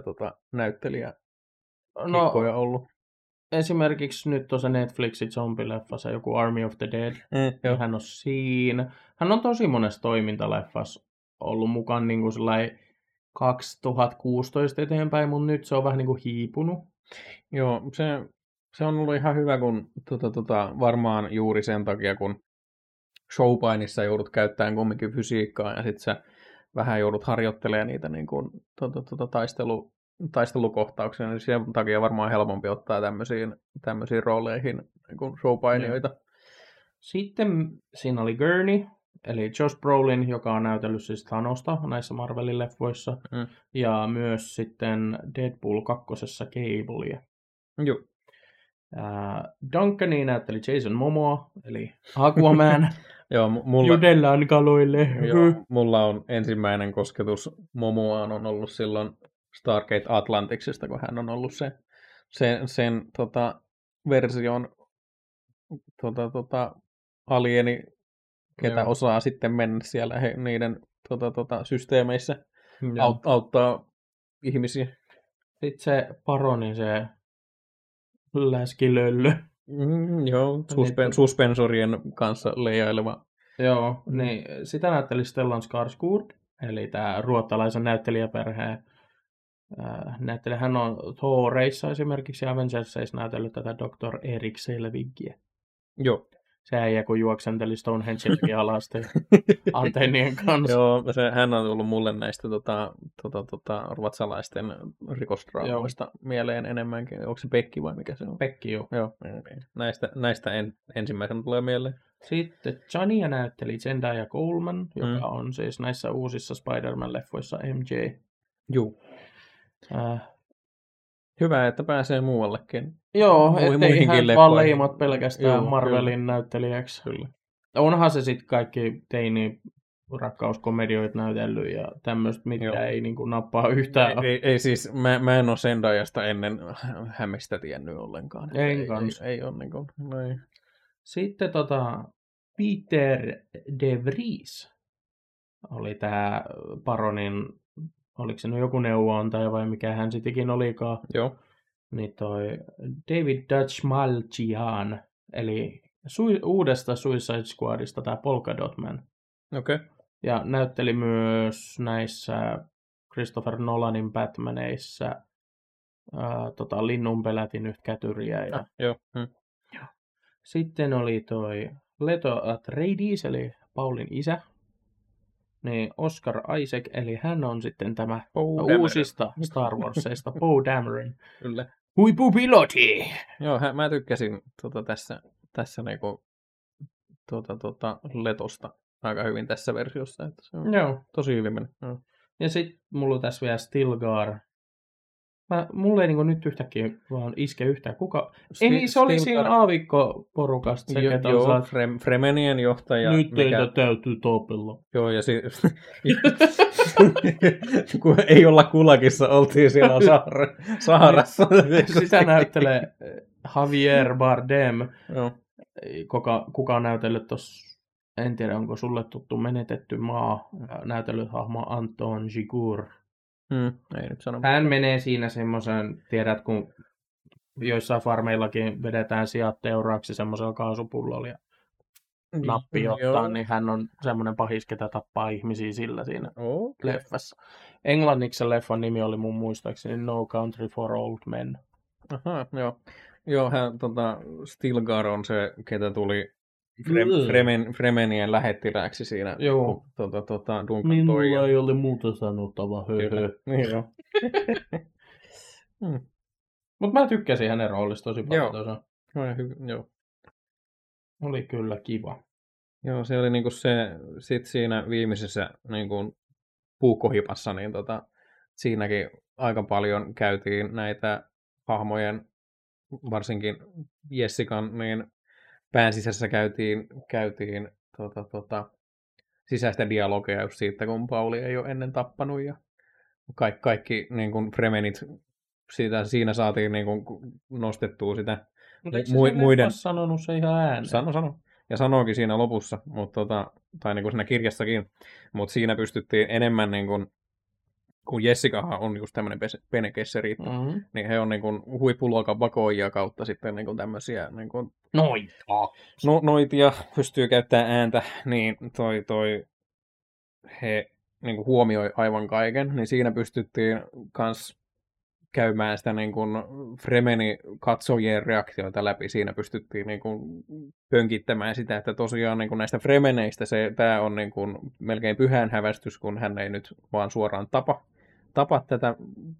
näyttelijäkikkoja ollut? Esimerkiksi nyt tuossa Netflixin zombileffassa joku Army of the Dead. Joo. Hän on siinä. Hän on tosi monessa toimintaleffassa ollut mukaan niin kuin 2016 eteenpäin, mutta nyt se on vähän niin kuin hiipunut. Joo, se on ollut ihan hyvä, kun varmaan juuri sen takia, kun showpainissa joudut käyttämään kumminkin fysiikkaa ja sitten sä vähän joudut harjoittelemaan niitä niin kuin, taistelukohtauksia, niin sen takia varmaan helpompi ottaa tämmöisiin rooleihin niin kuin showpainijoita. Sitten siinä oli Gurney, eli Josh Brolin, joka on näytellyt siis Thanosta näissä Marvelin leffoissa, ja myös sitten Deadpool 2. Cablea. Joo. Duncani näytteli Jason Momoa, eli Aquaman. Joo, judellaan kaloille. Joo, mulla on ensimmäinen kosketus Momoaan on ollut silloin Stargate Atlanticsista, kun hän on ollut sen version alieni, ketä osaa sitten mennä siellä niiden systeemeissä auttaa ihmisiä. Sitten se paroni, se läskilöllö. Joo, suspensorien kanssa leijaileva. Joo, niin sitä näytteli Stellan Skarsgård, eli tämä ruottalaisen näyttelijäperheen näyttelijä. Hän on Thoreissa esimerkiksi ja Avengersissa näytellyt tätä Dr. Erik Selvigiä. Joo. Se äijä, kun juoksenteli Stonehengekin alasti antennien kanssa. Joo, hän on tullut mulle näistä ruotsalaisten rikosdraamoista mieleen enemmänkin. Onko se Pekki vai mikä se on? Pekki, joo. Joo. Näistä ensimmäisenä tulee mieleen. Sitten Johnnya näytteli Zendaya Coleman, joka on siis näissä uusissa Spider-Man-leffoissa MJ. Joo. Hyvä, että pääsee muuallekin. Joo, ettei hän vaan leimat pelkästään Marvelin näyttelijäksi. Kyllä. Onhan se sitten kaikki teini-rakkauskomedioita näytellyt ja tämmöistä, mitkä ei niinku nappaa yhtään. Ei siis, mä en ole Zendayasta ennen hämistä tiennyt ollenkaan. Ei ole niinku, noin. Sitten Peter de Vries oli tää Paronin, oliko se nyt joku neuvonantaja vai mikä hän sittenkin olikaan. Joo. Niin toi David Dastmalchian, eli uudesta Suicide Squadista tää Polka Dot Man. Okei. Ja näytteli myös näissä Christopher Nolanin Batmaneissa Linnunpelätin yhtä kätyriä. Ja... Joo. Sitten oli toi Leto Atreides, eli Paulin isä. Niin Oscar Isaac, eli hän on sitten tämä uusista Star Warsista, Poe Dameron. Kyllä. Huippupiloti! Joo, mä tykkäsin tässä niinku Letosta aika hyvin tässä versiossa. Että se on tosi hyvin mennyt. Ja sitten mulla on tässä vielä Stilgar. Mulla ei niinku nyt yhtäkkiä vaan iske yhtään. Kuka? Se oli siinä aavikkoporukasta. Joo, Fremenien johtaja. Nyt teitä täytyy topella. Joo, ja kun ei olla Kulakissa, oltiin siellä Saharassa. Sitä näyttelee Javier Bardem, kuka on näytellyt tuossa, en tiedä onko sulle tuttu Menetetty maa, näytellyt hahmo Anton Chigurh. Ei nyt sano. Hän menee siinä semmoisen, tiedät kun joissain farmeillakin vedetään sijat teuraaksi semmoisella kaasupullolla ja nappi ottaa, niin hän on semmoinen pahis, ketä tappaa ihmisiä sillä siinä leffassa. Englanniksi se leffan nimi oli mun muistaakseni No Country for Old Men. Aha, joo. Joo, hän Stilgar on se, ketä tuli Fremenien lähettilääksi siinä. Joo. Minulla ei ole muuta sanottavaa. Niin joo. Mutta mä tykkäsin hänen roolista tosi paljon. No, ja joo. Oli kyllä kiva. Joo, se oli niinku se, sit siinä viimeisessä niinku puukkohipassa, niin siinäkin aika paljon käytiin näitä hahmojen, varsinkin Jessican, niin pään sisässä käytiin sisäistä dialogia just siitä, kun Pauli ei ole ennen tappanut ja kaikki niin kuin Fremenit, siinä saatiin niin kuin nostettua sitä Mutta eikö se siinä muiden... leffassa sanonut se ihan ääneen? Sano. Ja sanoikin siinä lopussa, mutta tai niin kuin siinä kirjassakin, mutta siinä pystyttiin enemmän niin kuin, kun Jessicahan on just tämmöinen Bene Gesserit, niin he on niin kuin huippuluokan vakoijia kautta sitten niin kuin tämmöisiä niin kuin noitia, pystyy käyttämään ääntä, niin he niin kuin huomioi aivan kaiken, niin siinä pystyttiin kans käymään sitä niin kuin Fremeni-katsojien reaktioita läpi. Siinä pystyttiin niin kuin pönkittämään sitä, että tosiaan niin kuin näistä Fremeneistä tämä on niin kuin melkein pyhän hävästys, kun hän ei nyt vaan suoraan tapa tätä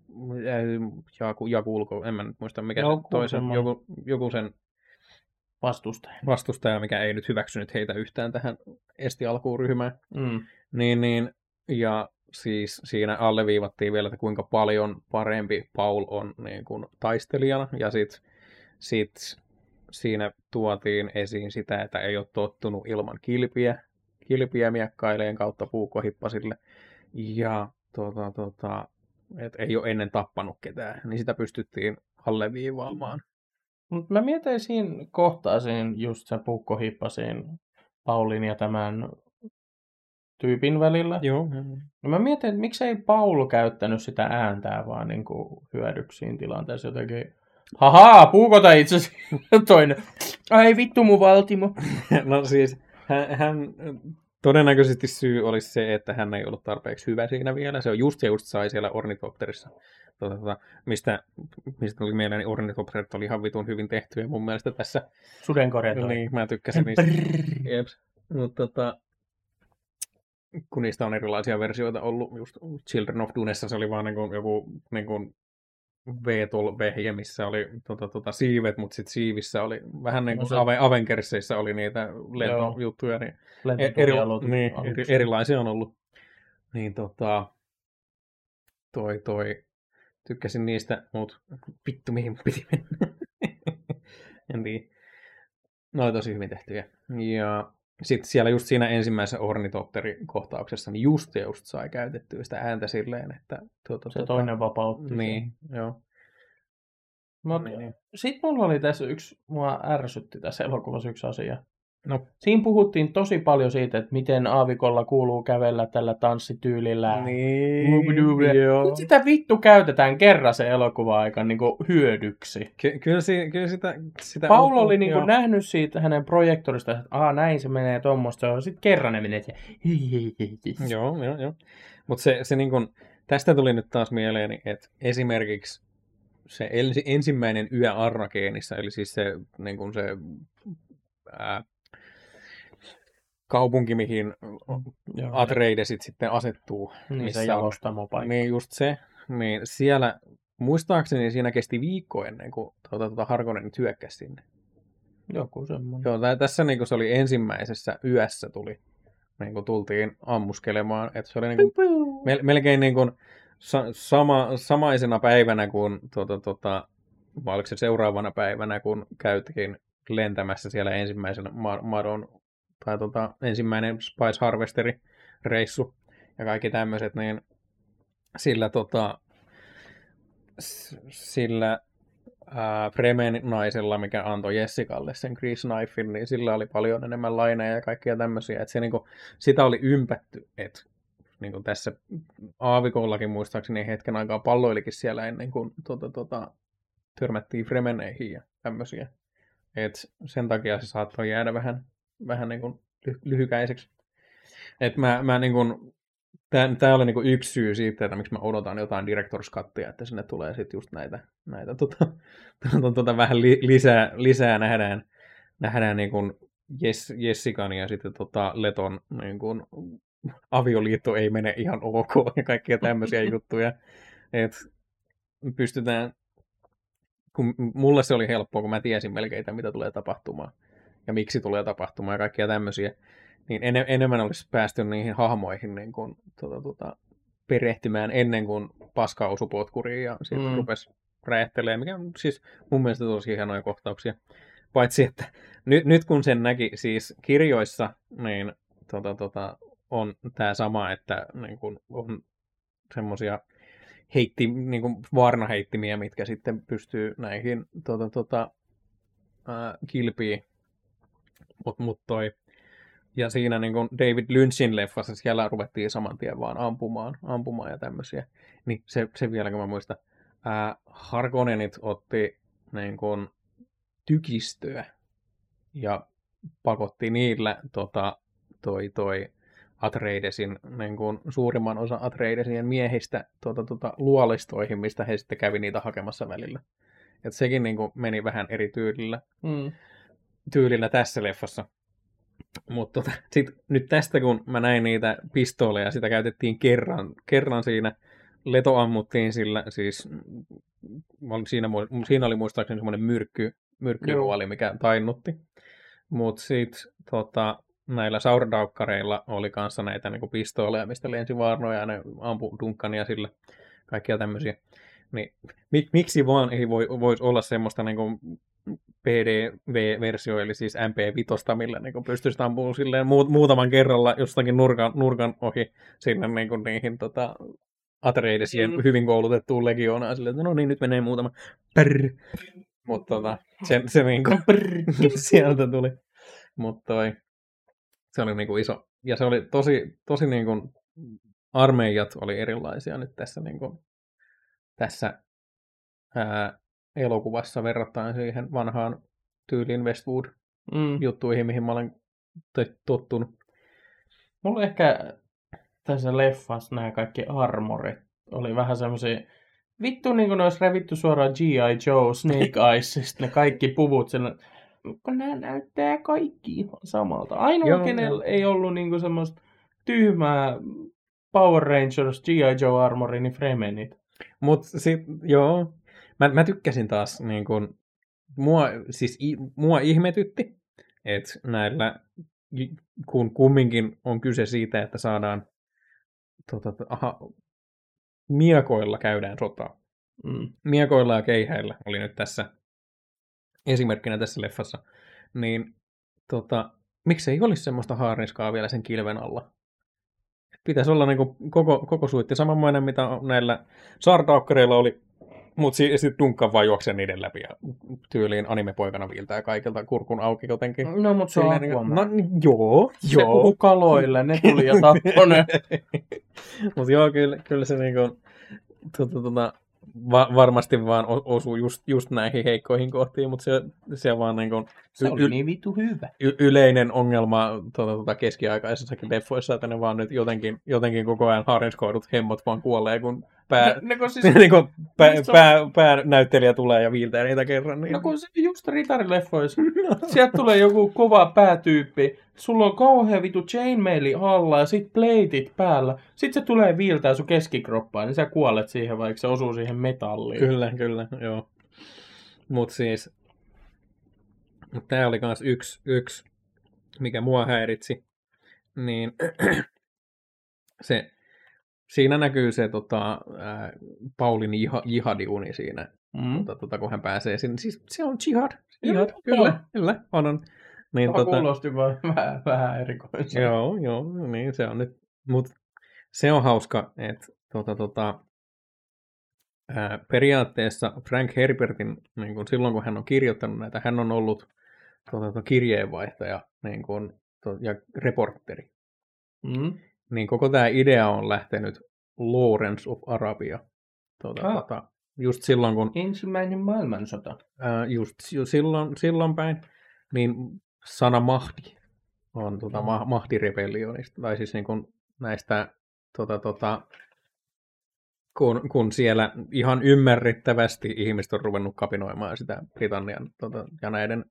Jakulko, en mä nyt muista mikä joku sen vastustaja, mikä ei nyt hyväksynyt heitä yhtään tähän esti alkuun ryhmään. Niin, ja siis siinä alleviivattiin vielä, että kuinka paljon parempi Paul on niin kuin taistelijana, ja sit siinä tuotiin esiin sitä, että ei ole tottunut ilman kilpiä miekkaileen kautta puukkohippasille, ja et ei ole ennen tappanut ketään, niin sitä pystyttiin alleviivaamaan. Mutta mä mietin siinä kohtaa siinä just se puukkohippasin Paulin ja tämän tyypin välillä. Joo. No mä mietin, että miksei Paul käyttänyt sitä ääntää vaan niin kuin hyödyksiin tilanteessa jotenkin. Hahaa, puukota itsesi. Toinen. Ai vittu mun Valtimo. No siis hän todennäköisesti syy olisi se, että hän ei ollut tarpeeksi hyvä siinä vielä. Se on just sai siellä Ornithopterissa. Mistä tuli mieleen, niin Ornithopterit oli ihan vitun hyvin tehtyjä mun mielestä tässä. Sudenkorjat. Niin, mä tykkäsin niistä. Jeps. Mutta kun niistä on erilaisia versioita ollut, just Children of Dunessa se oli vaan joku V-vehje, missä oli siivet, mutta sitten siivissä oli vähän niin kuin Avengersissa oli niitä lentojuttuja, niin, erilaisia on ollut. Niin tykkäsin niistä, mutta vittu mihin piti mennä. En tiedä. Ne oli tosi hyvin tehtyjä. Ja sitten siellä just siinä ensimmäisessä Ornithopteri-kohtauksessa niin just sai käytettyä sitä ääntä silleen, että... toinen vapautti. Niin, joo. Niin. Sitten mulla oli tässä mua ärsytti tässä elokuvassa yksi asia. No. Siinä puhuttiin tosi paljon siitä, että miten aavikolla kuuluu kävellä tällä tanssityylillä. Niin, joo. Nyt sitä vittu käytetään kerran se elokuva-aikan niin kuin hyödyksi. Kyllä sitä Paul oli niin kuin nähnyt siitä hänen projektorista, että näin se menee tuommoista. Sitten kerran ne menee. Joo. Mutta se niin kuin, tästä tuli nyt taas mieleeni, että esimerkiksi se ensimmäinen yö Arrakeenissa, eli siis se, niin kuin se kaupunki, mihin Atreidesit sitten asettuu. Niin se jalostamopaikka. Niin just se. Niin siellä, muistaakseni siinä kesti viikko ennen kuin Harkonnen hyökkäsi sinne. Joku semmoinen. Joo, tässä niin kuin se oli ensimmäisessä yössä niin kuin tultiin ammuskelemaan. Että se oli niin kuin, melkein niin kuin samaisena päivänä kuin vai oliko se seuraavana päivänä, kun käytiin lentämässä siellä ensimmäisen Madon tai ensimmäinen Spice Harvesteri reissu ja kaikki tämmöiset, niin sillä Fremen naisella, mikä antoi Jessicalle sen Chris Knifin, niin sillä oli paljon enemmän laineja ja kaikkia tämmöisiä, että se niinku, sitä oli ympätty, että niinku tässä aavikollakin muistaakseni hetken aikaa palloilikin siellä ennen kuin törmättiin Fremeneihin ja tämmöisiä. Et sen takia se saattoi jäädä vähän niin kuin lyhykäiseksi. Et mä niin kuin, tää oli niin kuin yksi syy siitä, että miksi mä odotan jotain Director's Cuttia, että sinne tulee sitten just näitä vähän lisää nähdään niin kuin Jessican ja sitten Leton niin kuin avioliitto ei mene ihan ok ja kaikkia tämmöisiä juttuja. Et pystytään kun mulle se oli helppoa, kun mä tiesin melkein, mitä tulee tapahtumaan ja miksi tulee tapahtumaan ja kaikkia tämmöisiä, niin enemmän olisi päästy niihin hahmoihin niin kuin, perehtymään ennen kuin paska osui potkuriin ja sitten rupesi räjähtelemään, mikä on siis mun mielestä tosi hienoja kohtauksia. Paitsi, että nyt kun sen näki siis kirjoissa, niin on tämä sama, että niin kun on semmoisia niin kuin vaarnaheittimiä, mitkä sitten pystyy näihin kilpiin. Ja siinä niin kuin David Lynchin leffassa siellä ruvettiin saman tien vaan ampumaan ja tämmöisiä. Niin se vielä, kun mä muistan. Harkonnenit otti niin kuin tykistöä ja pakotti niillä toi Atreidesin, niin kuin suurimman osa Atreidesien miehistä luolistoihin, mistä he sitten kävi niitä hakemassa välillä. Et sekin niin kuin meni vähän eri tyylillä tässä leffassa. Mutta nyt tästä, kun mä näin niitä pistooleja, sitä käytettiin kerran siinä. Leto ammuttiin sillä, siis siinä oli muistaakseni semmoinen myrkkyruoli, mikä tainnutti. Mutta sitten näillä saurdaukkareilla oli kanssa näitä niinku pistooleja, mistä lensi vaarnoja ja ne ampui dunkkania sillä, kaikkia tämmöisiä. Niin, miksi vaan ei voisi olla semmoista niinku PDV-versio, eli siis MP5, millä niinku pystyisi ampumaan silleen muutaman kerralla jostakin nurkan ohi sinne niinku niihin Atreidesien hyvin koulutettuun legioonaan silleen, että no niin, nyt menee muutama mutta se niinku sieltä tuli. Mutta se oli niinku iso. Ja se oli tosi niinku armeijat oli erilaisia nyt tässä niinku tässä elokuvassa verrattuna siihen vanhaan tyyliin Westwood-juttuihin, mihin mä olen tottunut. Mulla ehkä tässä leffassa nämä kaikki armorit oli vähän semmoisia, vittu niin kuin ne olisi revitty suoraan G.I. Joe, Snake Eyesista, ne kaikki puvut sillä, kun nämä näyttää kaikki ihan samalta. Ainoa, kenellä ei ollut niin kuin semmoista tyhmää Power Rangers G.I. Joe armori, niin Fremenit. Mut joo, mä tykkäsin taas, niin kun, mua ihmetytti, että näillä, kun kumminkin on kyse siitä, että saadaan miekoilla käydään sotaa. Miekoilla ja keihäillä oli nyt tässä esimerkkinä tässä leffassa, niin miksei olisi semmoista haarniskaa vielä sen kilven alla? Pitäisi olla niinku koko suitti samanlainen, mitä näillä saardaukkareilla oli, mutta sitten Duncan vaan juoksee niiden läpi ja tyyliin animepoikana viiltää kaikilta kurkun auki jotenkin. No, mutta se on joo. Se puhuu kaloille, ne tuli ja tappoi ne. Mutta joo, kyllä se niinku varmasti vaan osuu just näihin heikkoihin kohtiin, mutta se vaan niinku se oli niin vittu hyvä. Yleinen ongelma keskiaikaisissakin leffoissa, että ne vaan nyt jotenkin koko ajan harniskoidut hemmot vaan kuolee, kun päänäyttelijä tulee ja viiltää niitä kerran. Niin. No kun se just ritarileffoissa. Sieltä tulee joku kova päätyyppi. Sulla on kauhean vitu chainmaili alla ja sit pleitit päällä. Sitten se tulee viiltää sun keskikroppaan, niin sä kuolet siihen, vaikka se osuu siihen metalliin. Kyllä, joo. Mut siis tää oli kans yksi mikä mua häiritsi. Niin siinä näkyy se Paulin jihadiuni siinä, kun hän pääsee sinne. Siis se on jihad, kyllä, on. Niin, kuulosti vaan vähän erikoiselta. Joo, niin se on nyt. Mut se on hauska, että periaatteessa Frank Herbertin, niin kun silloin kun hän on kirjoittanut näitä, hän on ollut kirjeenvaihtaja niin kun, ja reporteri. Niin koko tämä idea on lähtenyt Lawrence of Arabia. Just silloin, kun ensimmäinen maailmansota. Just silloin päin, niin sana Mahdi on Mahdi-rebellionista. Tai siis niin kun näistä, kun siellä ihan ymmärrettävästi ihmiset on ruvennut kapinoimaan sitä Britannian ja näiden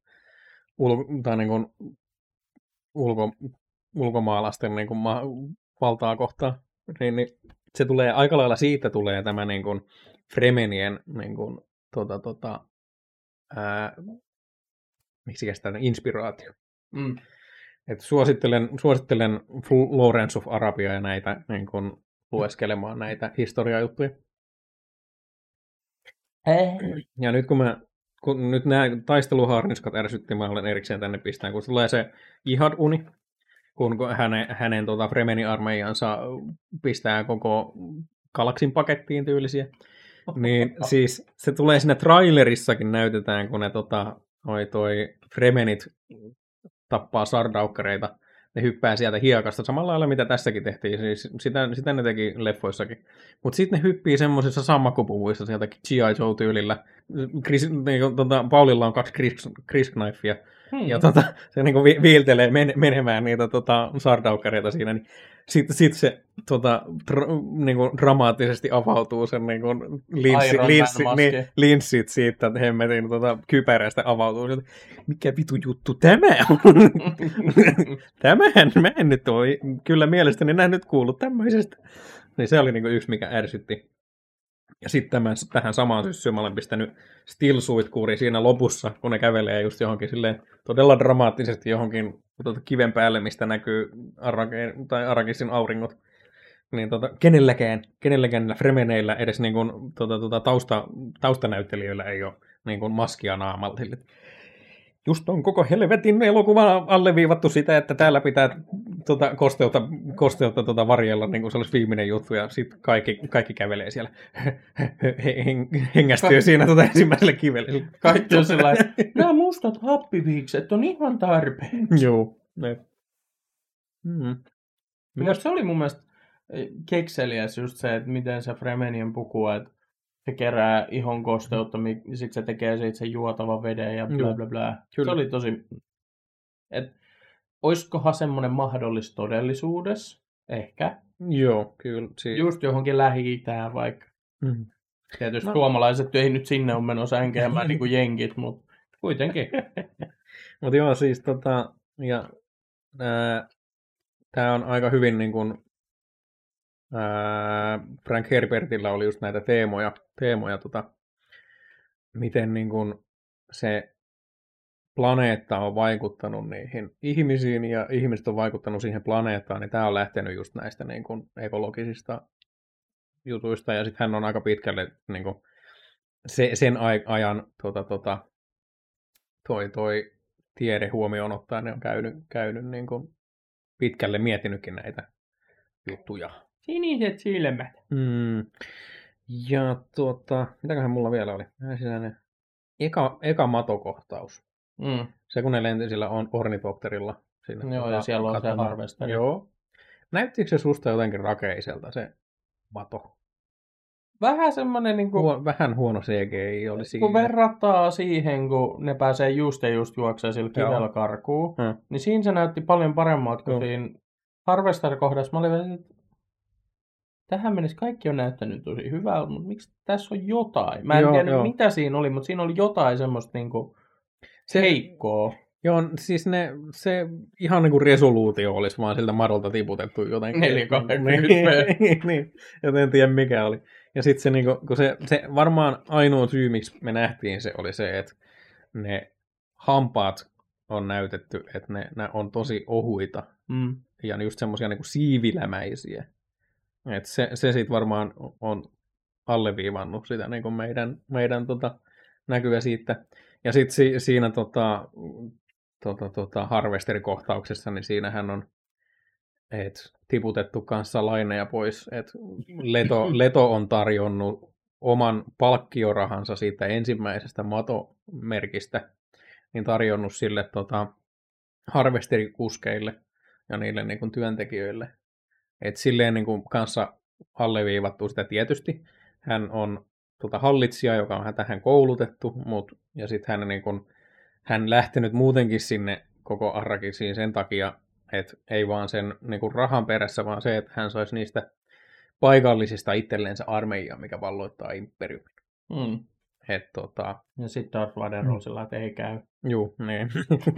ulkomaalaisten niin kuin valtaa kohtaan, niin se tulee aika lailla siitä tulee tämä niin kuin Fremenien niin kuin, miksikäs tämä inspiraatio. Mm. Et suosittelen Lawrence of Arabia ja näitä niin kun, lueskelemaan näitä historiajuttuja. Ja nyt kun nyt nämä taisteluharniskat ärsytti, mä olen erikseen tänne pistään, kun tulee se Jihad-uni, kun hänen Fremenin armeijansa pistää koko galaksin pakettiin tyylisiä. Niin siis se tulee siinä trailerissakin näytetään, kun ne toi Fremenit tappaa sardaukkareita. Ne hyppää sieltä hiekasta samalla lailla, mitä tässäkin tehtiin. Siis sitä ne teki leffoissakin. Mutta sitten ne hyppii semmoisissa sammakkopuvuissa sieltä G.I. Joe-tyylillä. Paulilla on 2 Krisknaifia. Ja se niinku viiltelee menemään niitä sardaukkareita siinä. Niin sitten se niinku dramaattisesti avautuu sen niinku linssit siitä, että hemmetin kypärästä avautuu. Mikä vitu juttu tämä on? Mä en nyt ole kyllä mielestäni nähnyt kuullut tämmöisestä. Niin se oli niinku yksi, mikä ärsytti. Ja sitten tähän samaan syssyyn mä olen pistänyt Stillsuit-kuuri siinä lopussa, kun ne kävelee just johonkin silleen todella dramaattisesti johonkin kiven päälle, mistä näkyy Arrakisin auringot. Niin kenelläkään Fremeneillä edes niin kuin, taustanäyttelijöillä ei ole niin kuin maskia naamalla. Just on koko helvetin elokuva alleviivattu sitä, että täällä pitää kosteutta varjella, niin kuin se olisi viimeinen juttu, ja sitten kaikki kävelee siellä, hengästyy siinä ensimmäisellä kivellä. Kaikki on sellainen, nämä mustat happiviikset on ihan tarpeen. Joo. Mutta se oli mun mielestä kekseliäs just se, että miten se Fremenien puku, että se kerää ihon kosteutta, sitten se tekee siitä sen juotavan veden ja bla bla bla. Se oli tosi... Olisikohan semmoinen mahdollista todellisuudessa? Ehkä. Joo, kyllä. Just johonkin Lähi-Itään vaikka. Tietysti suomalaiset ei nyt sinne ole menossa enkeämään niin kuin jenkit, mutta kuitenkin. Mutta joo, siis tämä on aika hyvin niin kuin Frank Herbertillä oli just näitä teemoja miten niin kuin se planeetta on vaikuttanut niihin ihmisiin ja ihmiset on vaikuttanut siihen planeettaan, niin tämä on lähtenyt just näistä niin kuin ekologisista jutuista ja sitten hän on aika pitkälle niin kuin sen ajan toi tiede huomioon ottaen ne on käynyt niin kuin pitkälle miettinytkin näitä juttuja. Siniset silmät. Ja mitäköhän mulla vielä oli? Eka matokohtaus. Se kun ne lenti sillä ornitopterilla. Siinä, joo, ja siellä on se harvesteri. Joo. Näyttikö se susta jotenkin rakeiselta se mato? Vähän semmoinen niinku... Vähän huono CGI oli siinä. Kun verrataan siihen, kun ne pääsee just juoksee sillä kivellä karkuun, niin siinä se näytti paljon paremmalta kuin siinä harvester-kohdassa. Mä olin että tähän mennessä kaikki on näyttänyt tosi hyvältä, mutta miksi tässä on jotain? Mä en tiedä mitä siinä oli, mutta siinä oli jotain semmoista niinku heikkoa. Joo, siis se ihan niin kuin resoluutio olisi vaan siltä madolta tiputettu jotenkin. 480p. Niin, joten en tiedä mikä oli. Ja sitten se, niinku, kun se varmaan ainoa syy, miksi me nähtiin se, oli se, että ne hampaat on näytetty, että ne on tosi ohuita. Ja just semmoisia niinku siivilämäisiä. Et se sitten varmaan on alleviivannut sitä niinku meidän näkyä siitä. Ja sitten siinä harvesterikohtauksessa, niin siinähän on tiputettu kanssa laineja pois. Leto on tarjonnut oman palkkiorahansa siitä ensimmäisestä matomerkistä, niin tarjonnut sille harvesterikuskeille ja niille niin kuin työntekijöille. Et silleen niin kuin kanssa alleviivattu sitä tietysti. Hän on hallitsija, joka on tähän koulutettu, ja sitten hän lähtenyt muutenkin sinne koko Arrakisiin sen takia, että ei vaan sen niin kuin rahan perässä, vaan se, että hän saisi niistä paikallisista itselleensä armeijaa, mikä valloittaa imperiumin. Ja sitten Darth Vader on sillä, että ei käy. Juu, niin.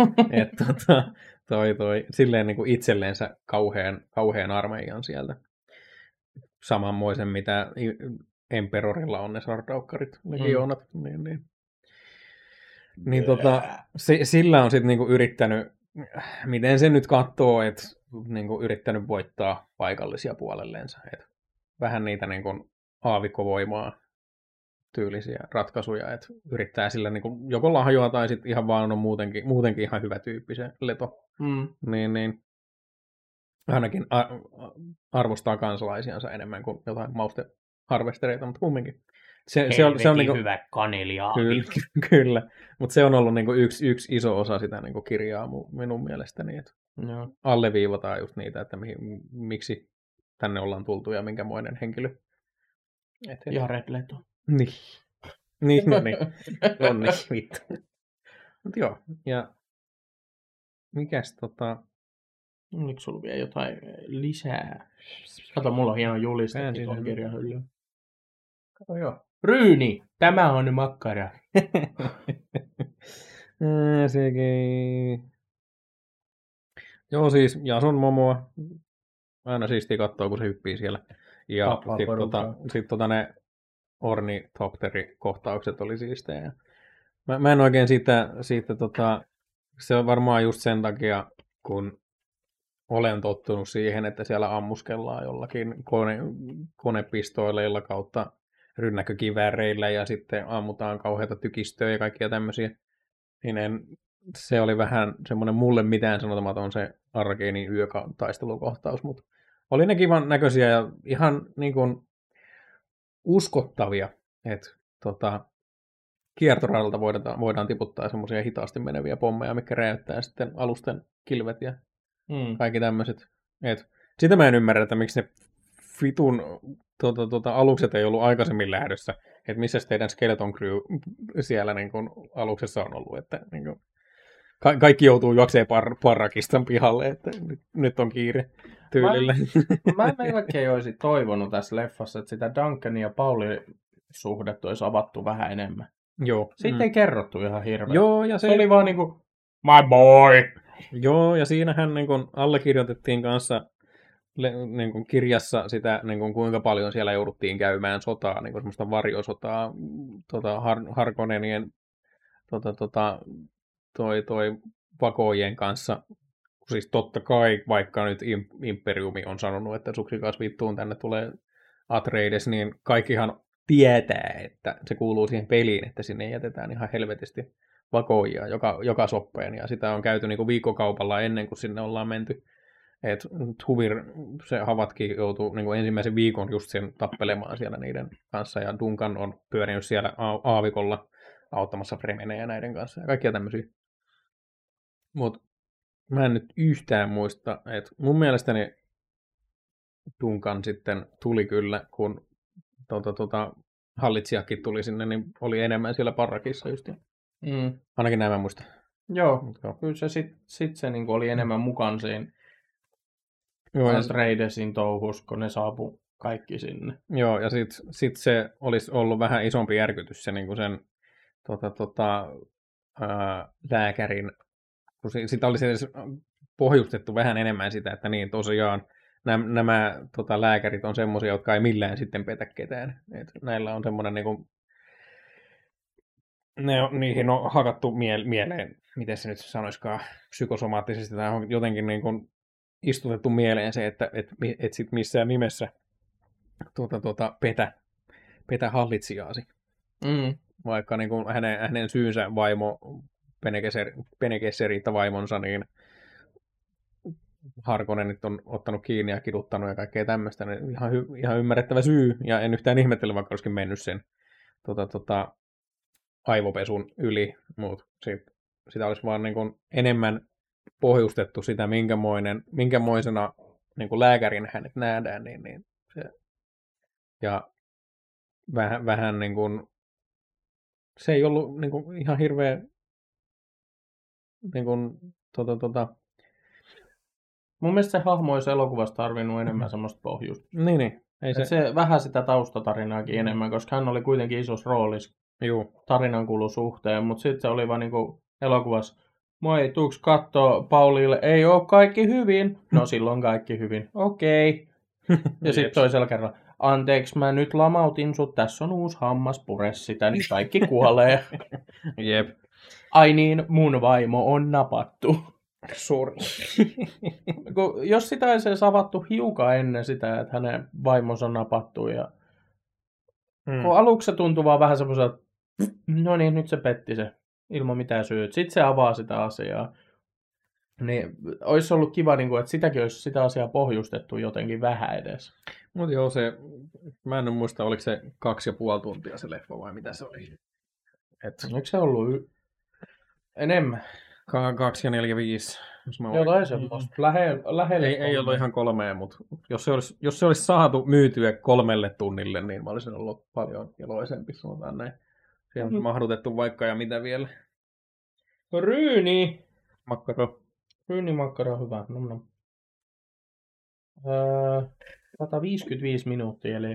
toi silleen niin kuin itselleensä kauhean armeijan sieltä. Samanmoisen, mitä Emperorilla on ne sardaukkarit, legioonat. Niin. Niin sillä on sitten niinku yrittänyt, miten se nyt katsoo, että niinku yrittänyt voittaa paikallisia puolelleensa. Et vähän niitä niinku aavikkovoimaa tyylisiä ratkaisuja, että yrittää sillä niinku joko lahjoa tai sitten ihan vaan on muutenkin ihan hyvä tyyppi se Leto. Niin ainakin arvostaa kansalaisiansa enemmän kuin jotain mausteharvestereita, mutta kumminkin. Se on niinku, hyvä kaneliaavi. Kyllä. Mutta se on ollut niinku yksi iso osa sitä niinku kirjaa minun mielestäni, että alleviivataan just niitä, että miksi tänne ollaan tultu ja minkämoinen henkilö. Jared Leto. Niin, vittu. Mut joo, ja mikäs Oliko sulla vielä jotain lisää? Kato, mulla on hieno julistekin tuon kirjan hyllyyn. Kato joo. Ryyni, tämä on makkara. Sekin. Joo, siis Jason momoa. Aina siistiä katsoa, kun se hyppii siellä. Ja sitten ne ornithopterikohtaukset oli siistejä. Mä en oikein siitä se on varmaan just sen takia, kun olen tottunut siihen, että siellä ammuskellaan jollakin konepistoileilla kautta rynnäkkökivääreillä ja sitten ammutaan kauheata tykistöä ja kaikkia tämmöisiä. Niin se oli vähän semmoinen mulle mitään sanotamaton se Arkeinin yötaistelukohtaus, mutta oli ne kivan näköisiä ja ihan niin kuin uskottavia, että kiertoradalta voidaan tiputtaa semmoisia hitaasti meneviä pommeja, mikä räjäyttää sitten alusten kilvet ja kaikki tämmöiset. Sitä mä en ymmärrä, että miksi ne vitun alukset ei ollut aikaisemmin lähdössä. Että missä teidän Skeleton Crew siellä niin kun aluksessa on ollut. Että niin kun kaikki joutuu juokseen parrakistan pihalle, että nyt on kiire tyylillä. Mä melkein olisin toivonut tässä leffassa, että sitä Duncanin ja Paulin suhdetta olisi avattu vähän enemmän. Joo. Sitten ei kerrottu ihan hirveästi. Joo, ja se oli vaan niinku, my boy! Joo, ja siinähän niin kun allekirjoitettiin kanssa niin kun kirjassa sitä, niin kun kuinka paljon siellä jouduttiin käymään sotaa, niin kun semmoista varjosotaa Harkonnenien toi vakojen kanssa. Siis totta kai, vaikka nyt Imperiumi on sanonut, että suksikas vittuun tänne tulee Atreides, niin kaikkihan tietää, että se kuuluu siihen peliin, että sinne jätetään ihan helvetisti vakoijia joka soppeen, ja sitä on käyty niinku viikkokaupalla ennen kuin sinne ollaan menty. Et Huvir, se Havatkin joutuu niinku ensimmäisen viikon just sen tappelemaan siellä niiden kanssa, ja Duncan on pyörinyt siellä aavikolla auttamassa Fremenejä näiden kanssa, ja kaikkia tämmöisiä. Mutta mä en nyt yhtään muista, että mun mielestäni Duncan sitten tuli kyllä, kun hallitsijakin tuli sinne, niin oli enemmän siellä parrakissa just. Ainakin näin mä muistan. Joo, kyllä se sit se niinku oli enemmän mukaan siinä Atreidesin touhus, kun ne saapui kaikki sinne. Joo, ja sit se olisi ollut vähän isompi järkytys se niinku sen lääkärin, kun sitä olisi edes pohjustettu vähän enemmän sitä, että niin tosiaan nämä lääkärit on semmoisia, jotka ei millään sitten petä ketään. Et näillä on semmoinen niinku, niihin on hakattu mieleen, miten se nyt sanoisikaan, psykosomaattisesti tai on jotenkin niin kuin istutettu mieleen se, että et sit missään nimessä petä hallitsijaasi. Vaikka niin kuin hänen syynsä vaimo, Bene Gesserit vaimonsa, niin Harkonnen nyt on ottanut kiinni ja kiduttanut ja kaikkea tämmöistä. Niin ihan ymmärrettävä syy, ja en yhtään ihmettele, vaikka olisikin mennyt sen aivopesun yli, mutta sitä olisi vaan niin kuin enemmän pohjustettu sitä, minkämoisena niin kuin lääkärin hänet nähdään, niin se, ja vähän niin kuin, se ei ollut niin kuin ihan hirveä niin kuin, mun mielestä se hahmo olisi elokuvassa tarvinnut enemmän semmoista pohjusta. Niin. Ei se vähän sitä taustatarinaakin enemmän, koska hän oli kuitenkin isossa roolissa tarinan suhteen, mutta sitten se oli vaan niinku elokuvassa, moi, tuuks kattoo Paulille, ei oo kaikki hyvin. No silloin kaikki hyvin, okei. Ja sitten toisella kerralla, anteeksi, mä nyt lamautin sut, tässä on uusi hammas, pure sitä, niin kaikki kuolee. Jep. Ai niin, mun vaimo on napattu. Sorry. Jos sitä ei se avattu hiukan ennen sitä, että hänen vaimonsa on napattu. Ja kun aluksi se tuntuu vaan vähän semmoiselta, no niin, nyt se petti se ilman mitään syyt. Sitten se avaa sitä asiaa. Niin olisi ollut kiva, että sitäkin olisi sitä asiaa pohjustettu jotenkin vähän edes. Mutta joo, mä en muista, oliko se 2,5 tuntia se leffa vai mitä se oli. Onko se ollut enemmän? 2 ja 4,5. Jotain semmoista. Lähelle ei ollut ihan 3, mutta jos se olisi saatu myytyä 3 tunnille, niin mä olisin ollut paljon iloisempi, sanotaan näin. Siellä on mahdutettu vaikka ja mitä vielä. Ryyni. Makkaro. Ryynimakkaro on hyvä. 155 minuuttia, eli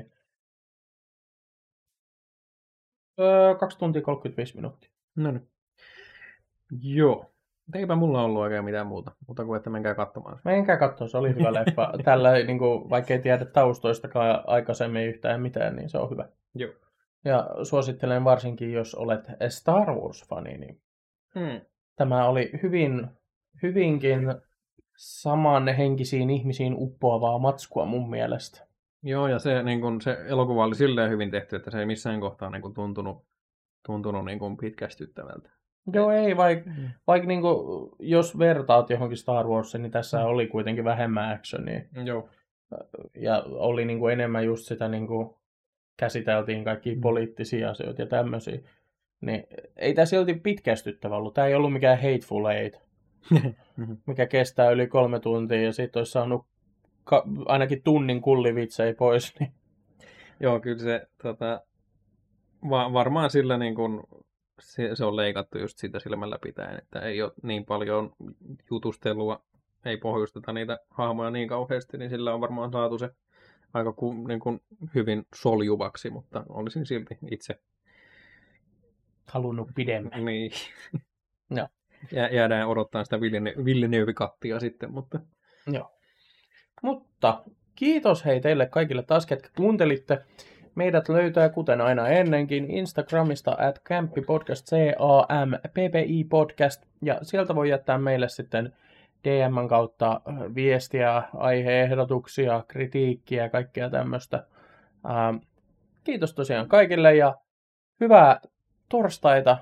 2 tuntia 35 minuuttia. No niin. Joo. Eipä mulla ollut oikein mitään muuta kuin että menkää katsomaan. Menkää katsomaan, se oli hyvä leffa. Tällä, vaikka ei tiedä taustoistakaan aikaisemmin yhtään mitään, niin se on hyvä. Joo. Ja suosittelen varsinkin, jos olet Star Wars-fani, niin tämä oli hyvinkin samanhenkisiin ihmisiin uppoavaa matskua mun mielestä. Joo, ja se elokuva oli silleen hyvin tehty, että se ei missään kohtaa tuntunut pitkästyttävältä. Joo, ei, vaikka jos vertaat johonkin Star Warsiin, niin tässä oli kuitenkin vähemmän actionia. Joo. Ja oli enemmän just sitä, käsiteltiin kaikkia poliittisia asioita ja tämmöisiä. Niin ei tämä silti pitkästyttävä ollut. Tämä ei ollut mikään Hateful Eight, mikä kestää yli 3 tuntia ja sitten olisi saanut ainakin tunnin kullivitsejä pois. Niin. Joo, kyllä se varmaan sillä se on leikattu just sitä silmällä pitäen, että ei ole niin paljon jutustelua, ei pohjusteta niitä hahmoja niin kauheasti, niin sillä on varmaan saatu se aika hyvin soljuvaksi, mutta olisin silti itse halunnut pidemmän. Niin. No. Jäädään odottaa sitä Villeneuve-kattia sitten, mutta... Joo. Mutta kiitos teille kaikille taas, ketkä kuuntelitte. Meidät löytää kuten aina ennenkin Instagramista @camppipodcast, CAMPPI-podcast, ja sieltä voi jättää meille sitten DM:n kautta viestiä, aihe-ehdotuksia, kritiikkiä ja kaikkea tämmöistä. Kiitos tosiaan kaikille ja hyvää torstaita.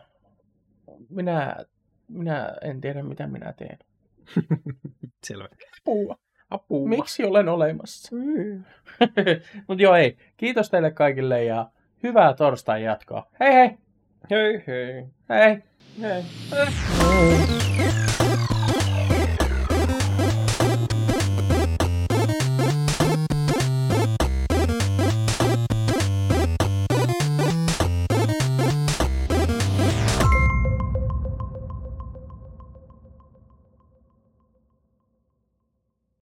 Minä en tiedä, mitä minä teen. Selvä. Apua. Miksi olen olemassa? Mutta joo, ei. Kiitos teille kaikille ja hyvää torstain jatkoa. Hei hei! Hei hei! Hei! Hei!